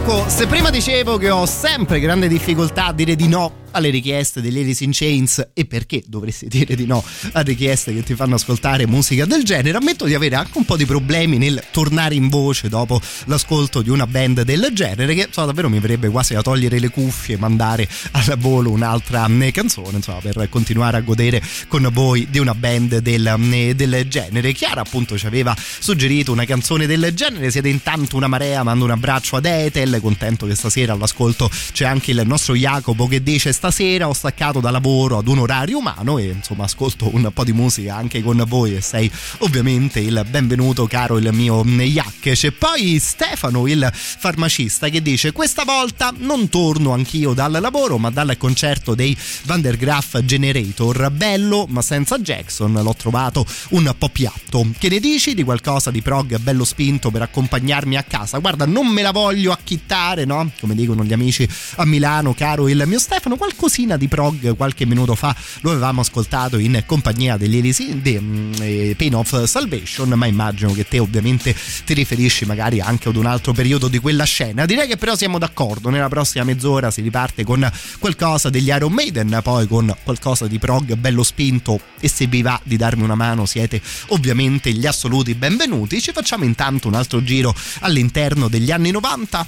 Ecco, se prima dicevo che ho sempre grande difficoltà a dire di no alle richieste degli Alice in Chains, e perché dovresti dire di no a richieste che ti fanno ascoltare musica del genere, ammetto di avere anche un po' di problemi nel tornare in voce dopo l'ascolto di una band del genere, che insomma davvero mi verrebbe quasi a togliere le cuffie e mandare al volo un'altra canzone, insomma, per continuare a godere con voi di una band del, del genere. Chiara appunto ci aveva suggerito una canzone del genere. Siete intanto una marea, mando un abbraccio ad Ethel, contento che stasera all'ascolto c'è anche il nostro Jacopo che dice: stasera ho staccato da lavoro ad un orario umano e insomma ascolto un po' di musica anche con voi, e sei ovviamente il benvenuto, caro il mio Iac. C'è poi Stefano, il farmacista, che dice: questa volta non torno anch'io dal lavoro ma dal concerto dei Van der Graaf Generator, bello ma senza Jackson, l'ho trovato un po' piatto. Che ne dici di qualcosa di prog bello spinto per accompagnarmi a casa? Guarda, non me la voglio acchittare, no? Come dicono gli amici a Milano, caro il mio Stefano. Qualcosina di prog qualche minuto fa lo avevamo ascoltato in compagnia degli Elisi di eh, Pain of Salvation, ma immagino che te ovviamente ti riferisci magari anche ad un altro periodo di quella scena. Direi che però siamo d'accordo, nella prossima mezz'ora si riparte con qualcosa degli Iron Maiden, poi con qualcosa di prog bello spinto, e se vi va di darmi una mano siete ovviamente gli assoluti benvenuti. Ci facciamo intanto un altro giro all'interno degli anni novanta.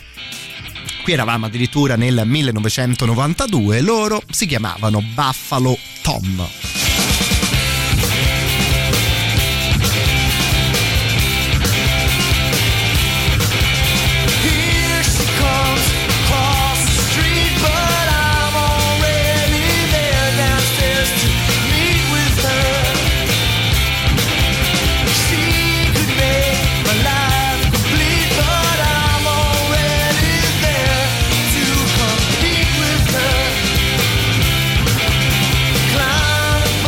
Qui eravamo addirittura nel millenovecentonovantadue, loro si chiamavano Buffalo Tom. Climb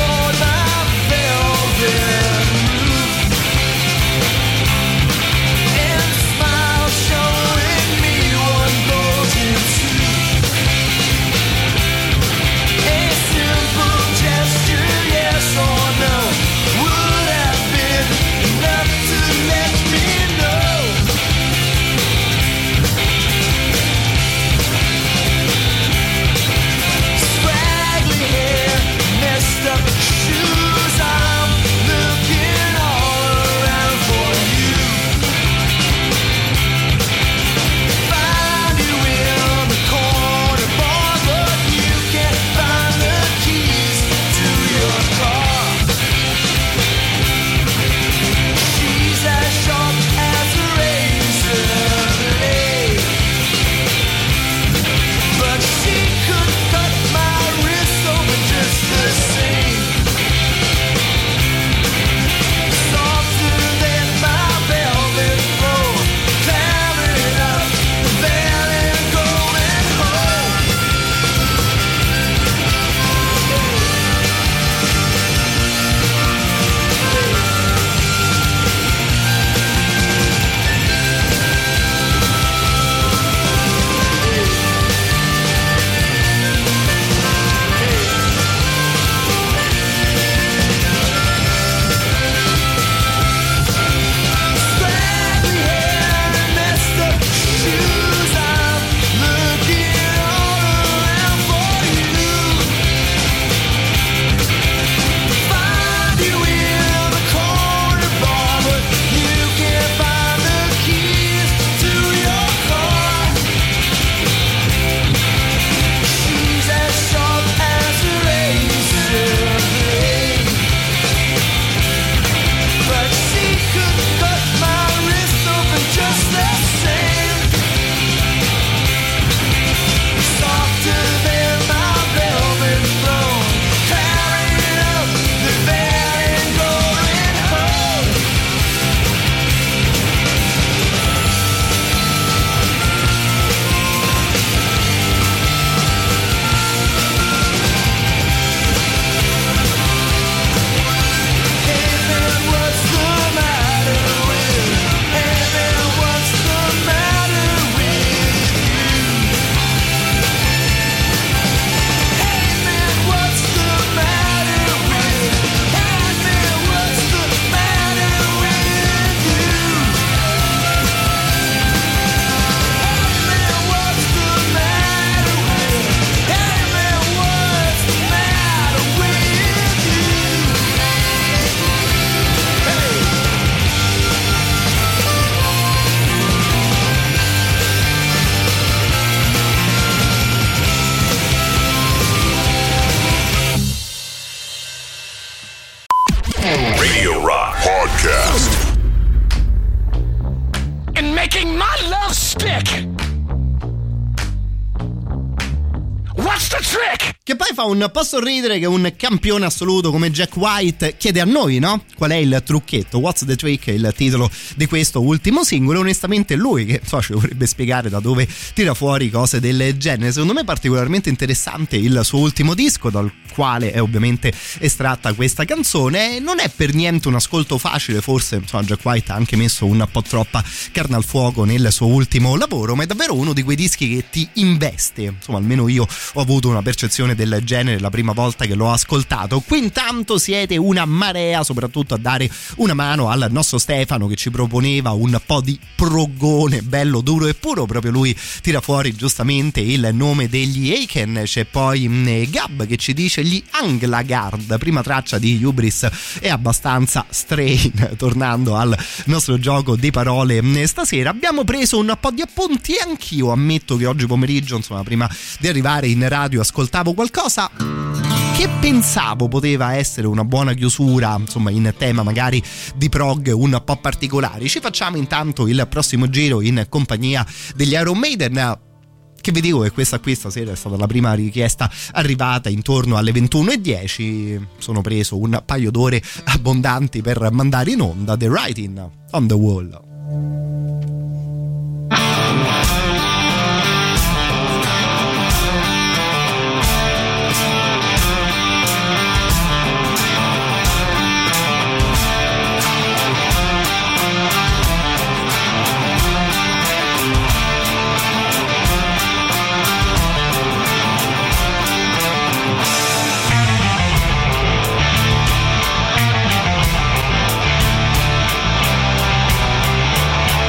licking my love stick. What's the trick? Che poi fa un po' sorridere che un campione assoluto come Jack White chiede a noi, no? Qual è il trucchetto? What's the trick? È il titolo di questo ultimo singolo. Onestamente è lui che so, ci dovrebbe spiegare da dove tira fuori cose del genere. Secondo me è particolarmente interessante il suo ultimo disco, dal quale è ovviamente estratta questa canzone. Non è per niente un ascolto facile, forse insomma, Jack White ha anche messo un po' troppa carne al fuoco nel suo ultimo lavoro, ma è davvero uno di quei dischi che ti investe. Insomma, almeno io ho avuto una percezione del genere la prima volta che l'ho ascoltato. Qui intanto siete una marea, soprattutto a dare una mano al nostro Stefano che ci proponeva un po' di progone bello duro e puro. Proprio lui tira fuori giustamente il nome degli Aiken. C'è poi Gab che ci dice gli Anglagard, prima traccia di Hubris è abbastanza strain. Tornando al nostro gioco di parole stasera, abbiamo preso un po' di appunti e anch'io ammetto che oggi pomeriggio, insomma, prima di arrivare in radio ascoltavo qualcosa che pensavo poteva essere una buona chiusura, insomma, in tema magari di prog un po' particolari. Ci facciamo intanto il prossimo giro in compagnia degli Iron Maiden, che vi dico che questa qui stasera è stata la prima richiesta arrivata intorno alle ventuno e dieci. Sono preso un paio d'ore abbondanti per mandare in onda The Writing on the Wall. Thank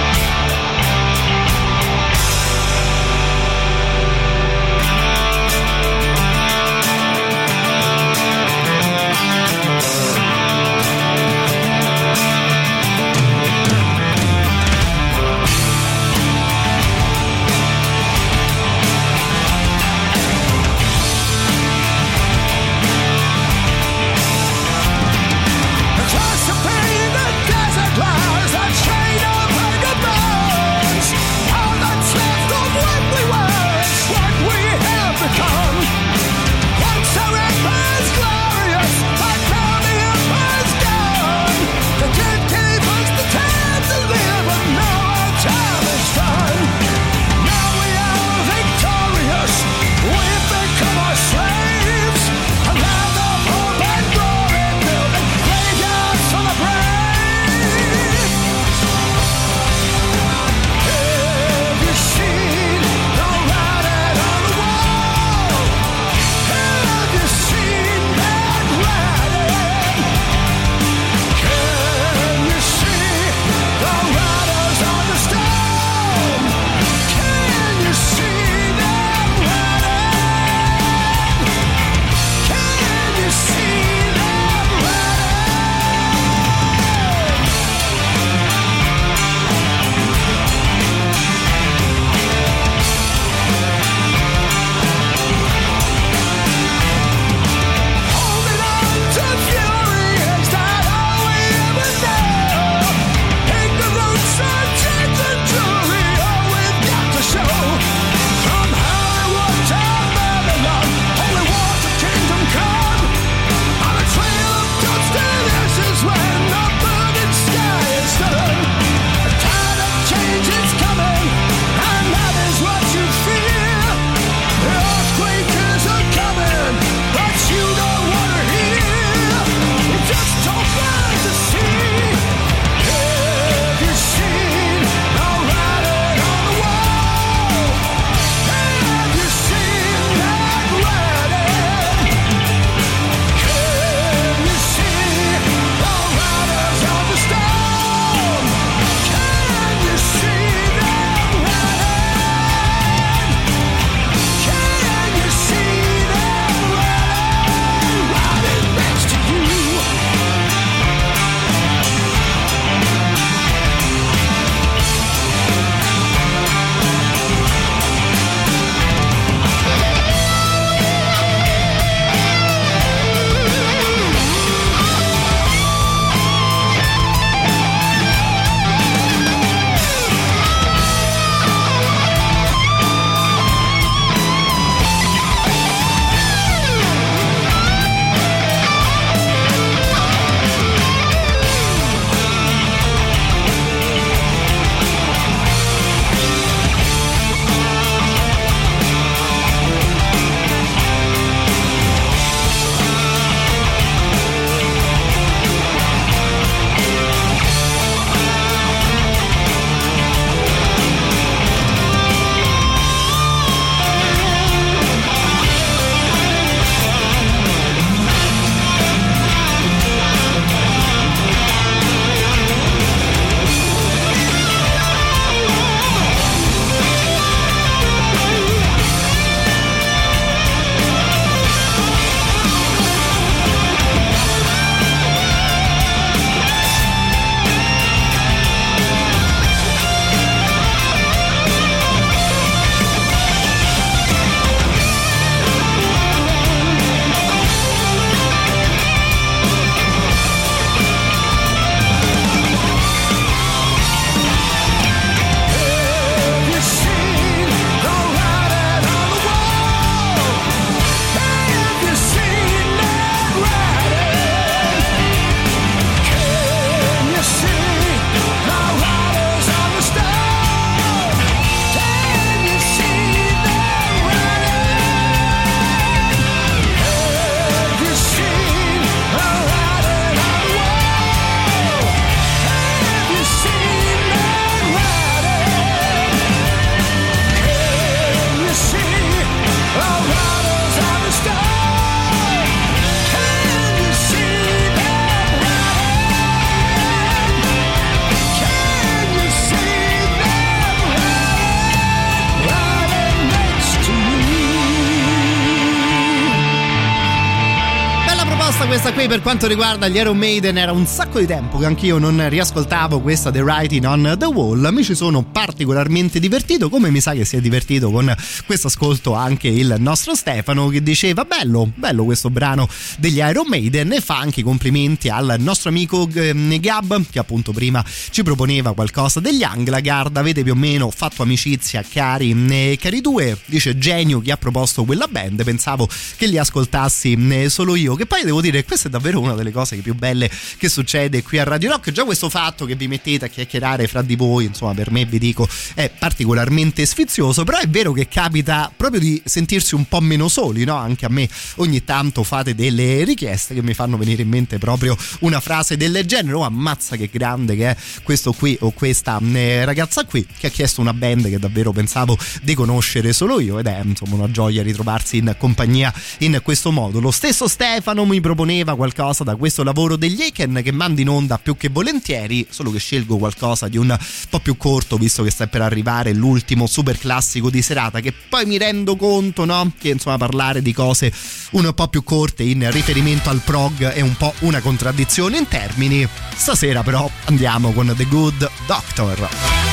questa qui per quanto riguarda gli Iron Maiden era un sacco di tempo che anch'io non riascoltavo questa The Writing on the Wall. Mi ci sono particolarmente divertito, come mi sa che si è divertito con questo ascolto anche il nostro Stefano, che diceva bello, bello questo brano degli Iron Maiden, e fa anche i complimenti al nostro amico Gab, che appunto prima ci proponeva qualcosa degli Anglagard. Avete più o meno fatto amicizia, cari, cari due, dice genio chi ha proposto quella band, pensavo che li ascoltassi solo io. Che poi devo dire che questa è davvero una delle cose più belle che succede qui a Radio Rock. Già questo fatto che vi mettete a chiacchierare fra di voi, insomma, per me vi dico è particolarmente sfizioso, però è vero che capita proprio di sentirsi un po' meno soli, no? Anche a me ogni tanto fate delle richieste che mi fanno venire in mente proprio una frase del genere: oh, ammazza che grande che è questo qui o questa eh, ragazza qui che ha chiesto una band che davvero pensavo di conoscere solo io, ed è insomma una gioia ritrovarsi in compagnia in questo modo. Lo stesso Stefano mi proponeva qualcosa da questo lavoro degli Aiken, che mando in onda più che volentieri, solo che scelgo qualcosa di un po' più corto, visto che sta per arrivare l'ultimo super classico di serata, che poi mi rendo conto, no, che insomma parlare di cose un po' più corte in riferimento al prog è un po' una contraddizione in termini. Stasera però andiamo con The Good Doctor.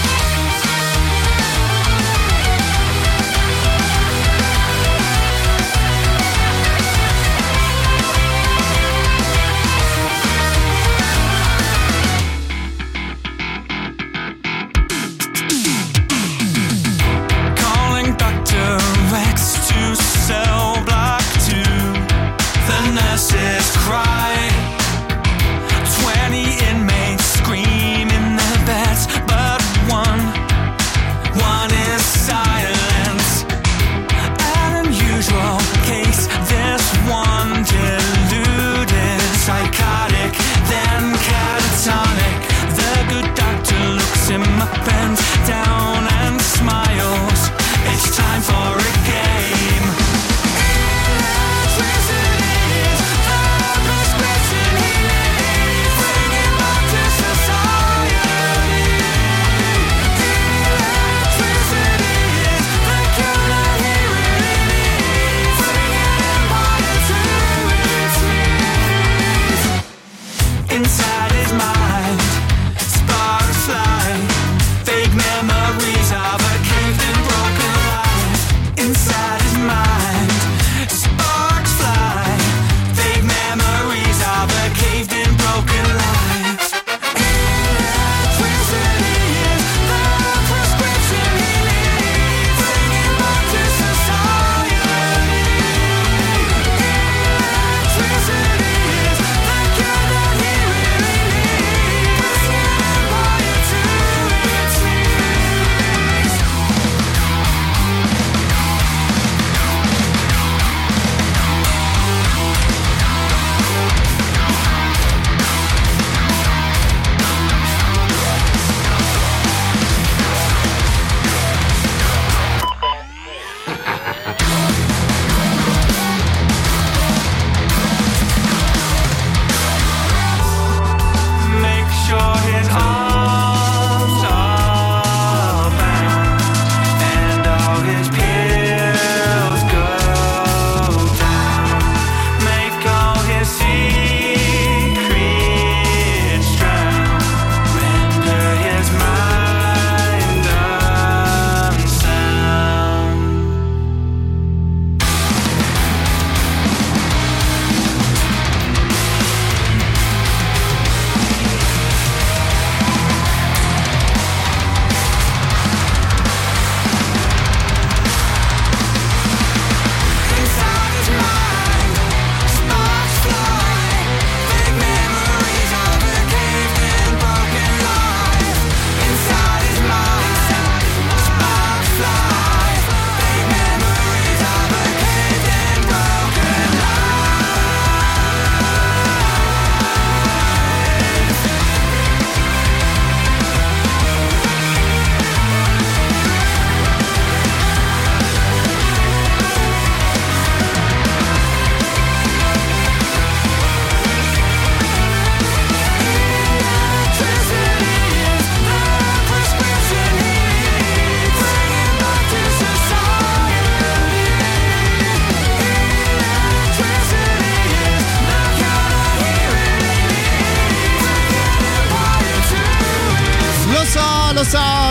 Cell block two, the nurses cry. Twenty inmates scream in their beds, but one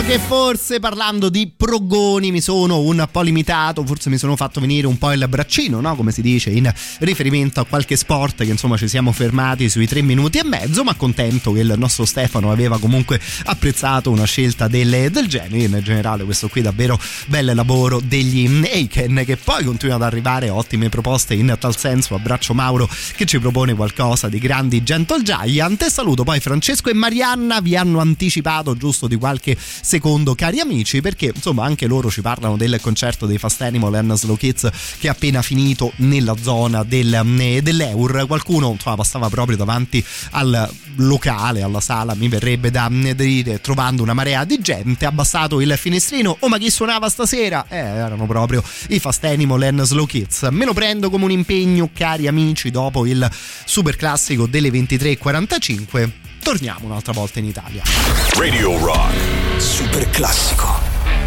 che forse parlando di progoni mi sono un po' limitato, forse mi sono fatto venire un po' il braccino, no? Come si dice, in riferimento a qualche sport che insomma ci siamo fermati sui tre minuti e mezzo, ma contento che il nostro Stefano aveva comunque apprezzato una scelta del, del genere. In generale questo qui davvero bel lavoro degli Aiken, che poi continua ad arrivare ottime proposte in tal senso. Abbraccio Mauro che ci propone qualcosa di grandi Gentle Giant. E saluto poi Francesco e Marianna, vi hanno anticipato giusto di qualche secondo, cari amici, perché insomma anche loro ci parlano del concerto dei Fast Animal and Slow Kids che è appena finito nella zona del, dell'Eur. Qualcuno insomma passava proprio davanti al locale, alla sala, mi verrebbe da dire, trovando una marea di gente, ha abbassato il finestrino. Oh, ma chi suonava stasera? Eh, erano proprio i Fast Animal and Slow Kids. Me lo prendo come un impegno, cari amici. Dopo il super classico delle ventitré e quarantacinque torniamo un'altra volta in Italia. Radio Rock super classico.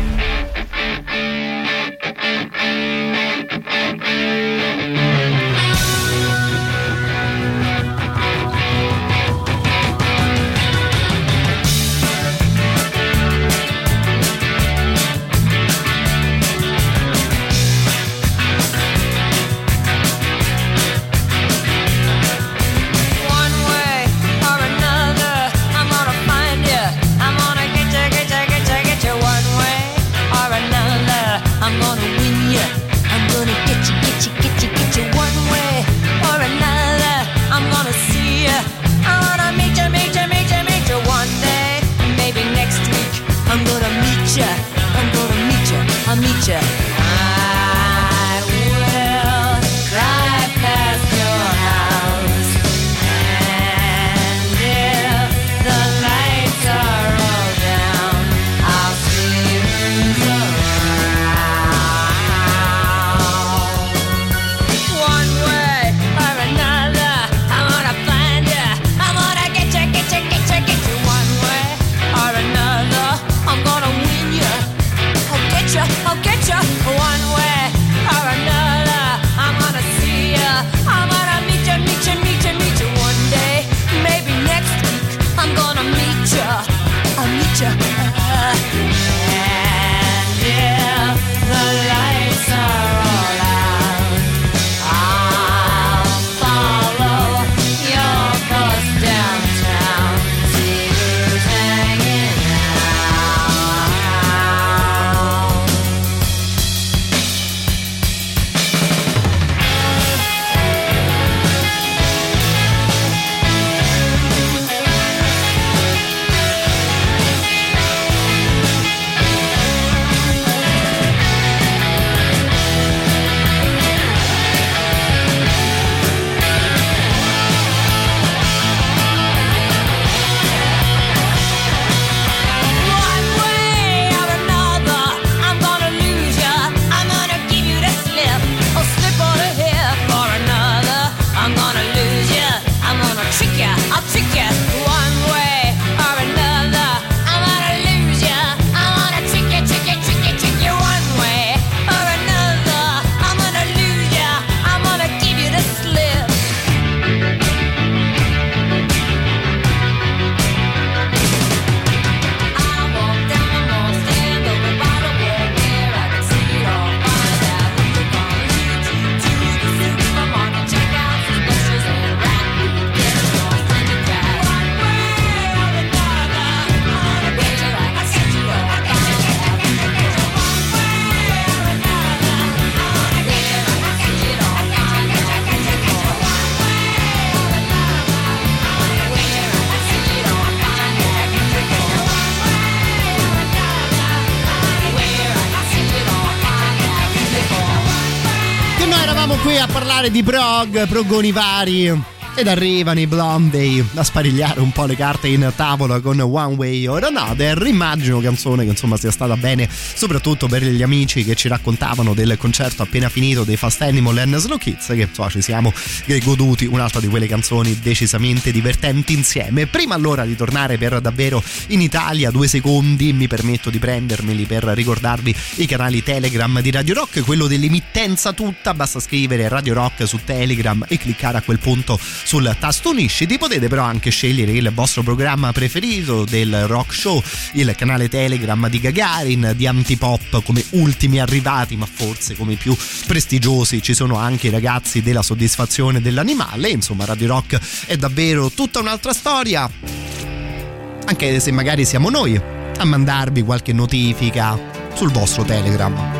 I'll meet you. I will drive past your house, and if the lights are all down, I'll see who's around. One way or another, I'm gonna find you. I'm gonna get you, get you, get you, get you. One way or another, I'm gonna win you. I'll get you, I'll get you. One way or another, I'm gonna see you. I'm gonna meet you, meet you, meet you, meet you. One day, maybe next week, I'm gonna meet you. I'll meet you. Uh, and if the lights are all out, I'll follow your bus downtown. See who's hanging out. One way or another, I'm gonna lose ya. I'm gonna give you the slip, or slip on the hip or another. I'm gonna lose ya. I'm gonna trick ya. I'll trick ya. One way or another, I'm gonna lose ya. I'm gonna trick ya, trick ya, trick ya, trick ya. One way or another, I'm gonna lose ya. I'm gonna give you the slip. I walk down the mall, stand over by the wall where I can see it all. Find out who you're gonna lead you to the supermarket, check out some bushes and rap. Get lost in the crowd. One way or another, I'm gonna get you like I said you all. One way or another, I'm gonna get you like I said you all. One way or another, I'm gonna get you like I said you all. Che noi eravamo qui a parlare di prog, progoni vari, ed arrivano i Blondie a sparigliare un po' le carte in tavola con One Way or Another. Immagino canzone che insomma sia stata bene soprattutto per gli amici che ci raccontavano del concerto appena finito dei Fast Animal and Slow Kids, che insomma ci siamo goduti un'altra di quelle canzoni decisamente divertenti insieme. Prima allora di tornare per davvero in Italia, due secondi mi permetto di prendermeli per ricordarvi i canali Telegram di Radio Rock, quello dell'emittenza tutta. Basta scrivere Radio Rock su Telegram e cliccare a quel punto sul tasto unisciti. Potete però anche scegliere il vostro programma preferito del rock show, il canale Telegram di Gagarin, di Antipop come ultimi arrivati, ma forse come più prestigiosi ci sono anche i ragazzi della Soddisfazione dell'Animale. Insomma, Radio Rock è davvero tutta un'altra storia, anche se magari siamo noi a mandarvi qualche notifica sul vostro Telegram.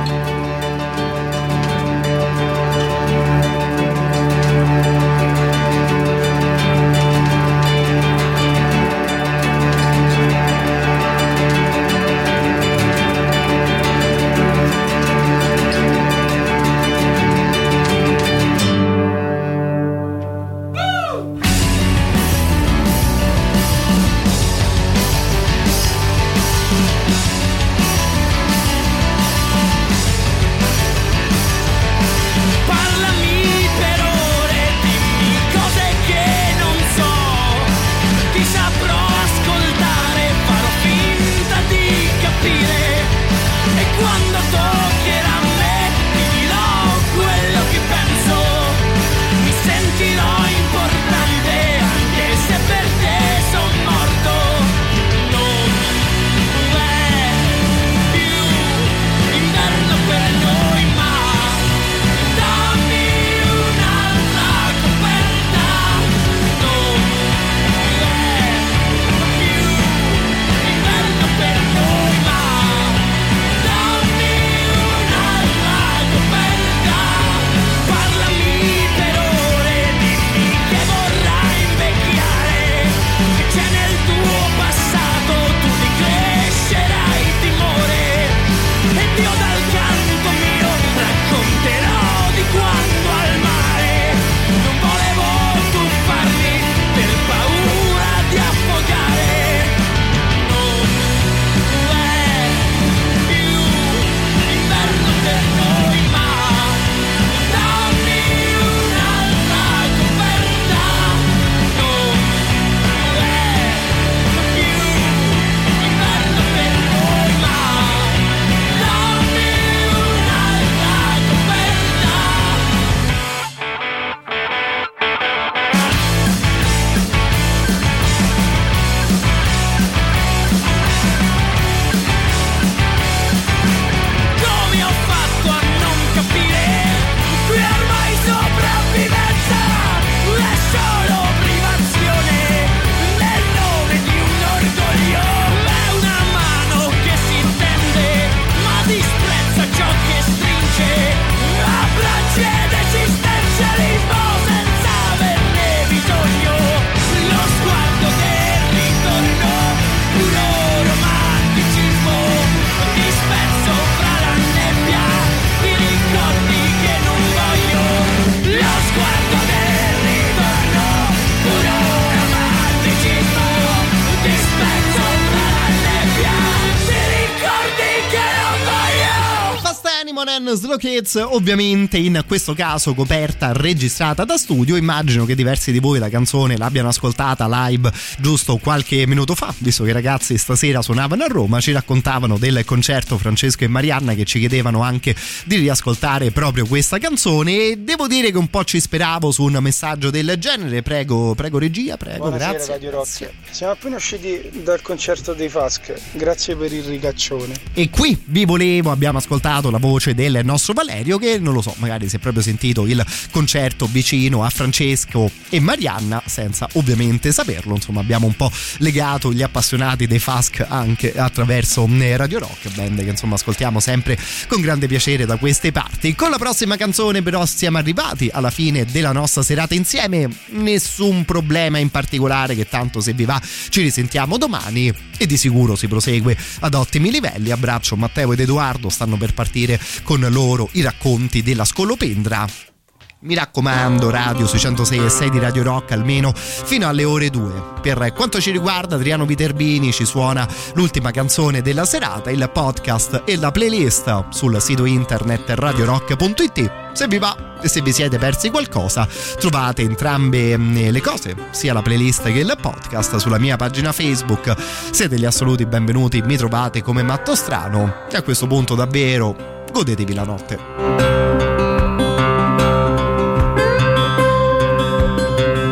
Slow Kids, ovviamente in questo caso coperta registrata da studio. Immagino che diversi di voi la canzone l'abbiano ascoltata live giusto qualche minuto fa, visto che i ragazzi stasera suonavano a Roma, ci raccontavano del concerto Francesco e Marianna, che ci chiedevano anche di riascoltare proprio questa canzone, e devo dire che un po' ci speravo su un messaggio del genere. Prego, prego regia, prego. Buonasera, grazie. Radio Rock. Siamo appena usciti dal concerto dei Fask, grazie per il ricaccione. E qui vi volevo, abbiamo ascoltato la voce del nostro Valerio, che non lo so, magari si è proprio sentito il concerto vicino a Francesco e Marianna senza ovviamente saperlo. Insomma, abbiamo un po' legato gli appassionati dei Fask anche attraverso Radio Rock, band che insomma ascoltiamo sempre con grande piacere da queste parti. Con la prossima canzone però siamo arrivati alla fine della nostra serata insieme, nessun problema in particolare, che tanto se vi va ci risentiamo domani e di sicuro si prosegue ad ottimi livelli. Abbraccio Matteo ed Edoardo, stanno per partire con loro i racconti della scolopendra. Mi raccomando, radio sui centosei e sei di Radio Rock almeno fino alle ore due. Per quanto ci riguarda, Adriano Viterbini ci suona l'ultima canzone della serata, il podcast e la playlist sul sito internet radio rock punto it. Se vi va e se vi siete persi qualcosa, trovate entrambe le cose, sia la playlist che il podcast, sulla mia pagina Facebook. Siete gli assoluti benvenuti, mi trovate come Matto Strano, e a questo punto davvero godetevi la notte.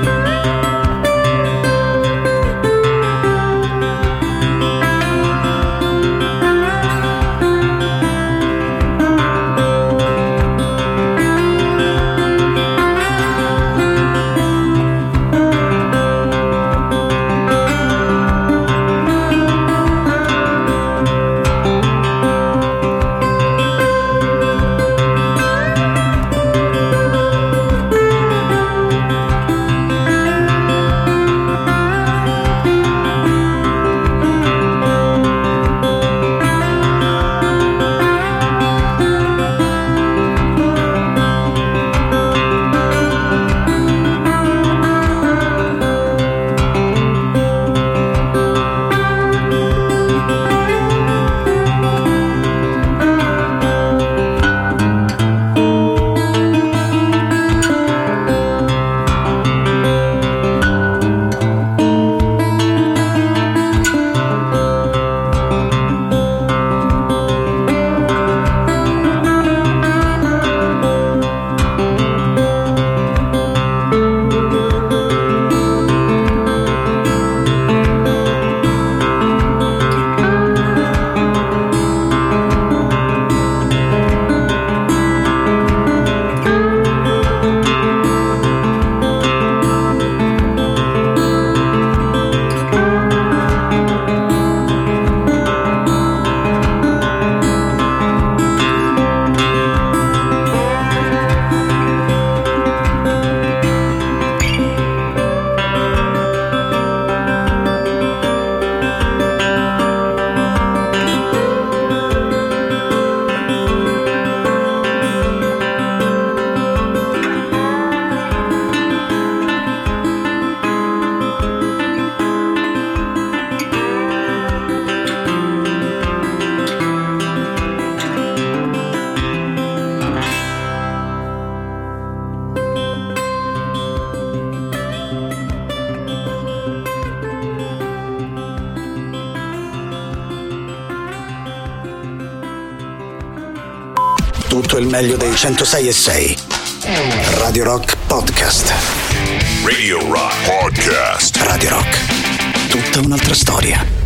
Tutto il meglio dei centosei e sei. Radio Rock Podcast. Radio Rock Podcast. Radio Rock. Tutta un'altra storia.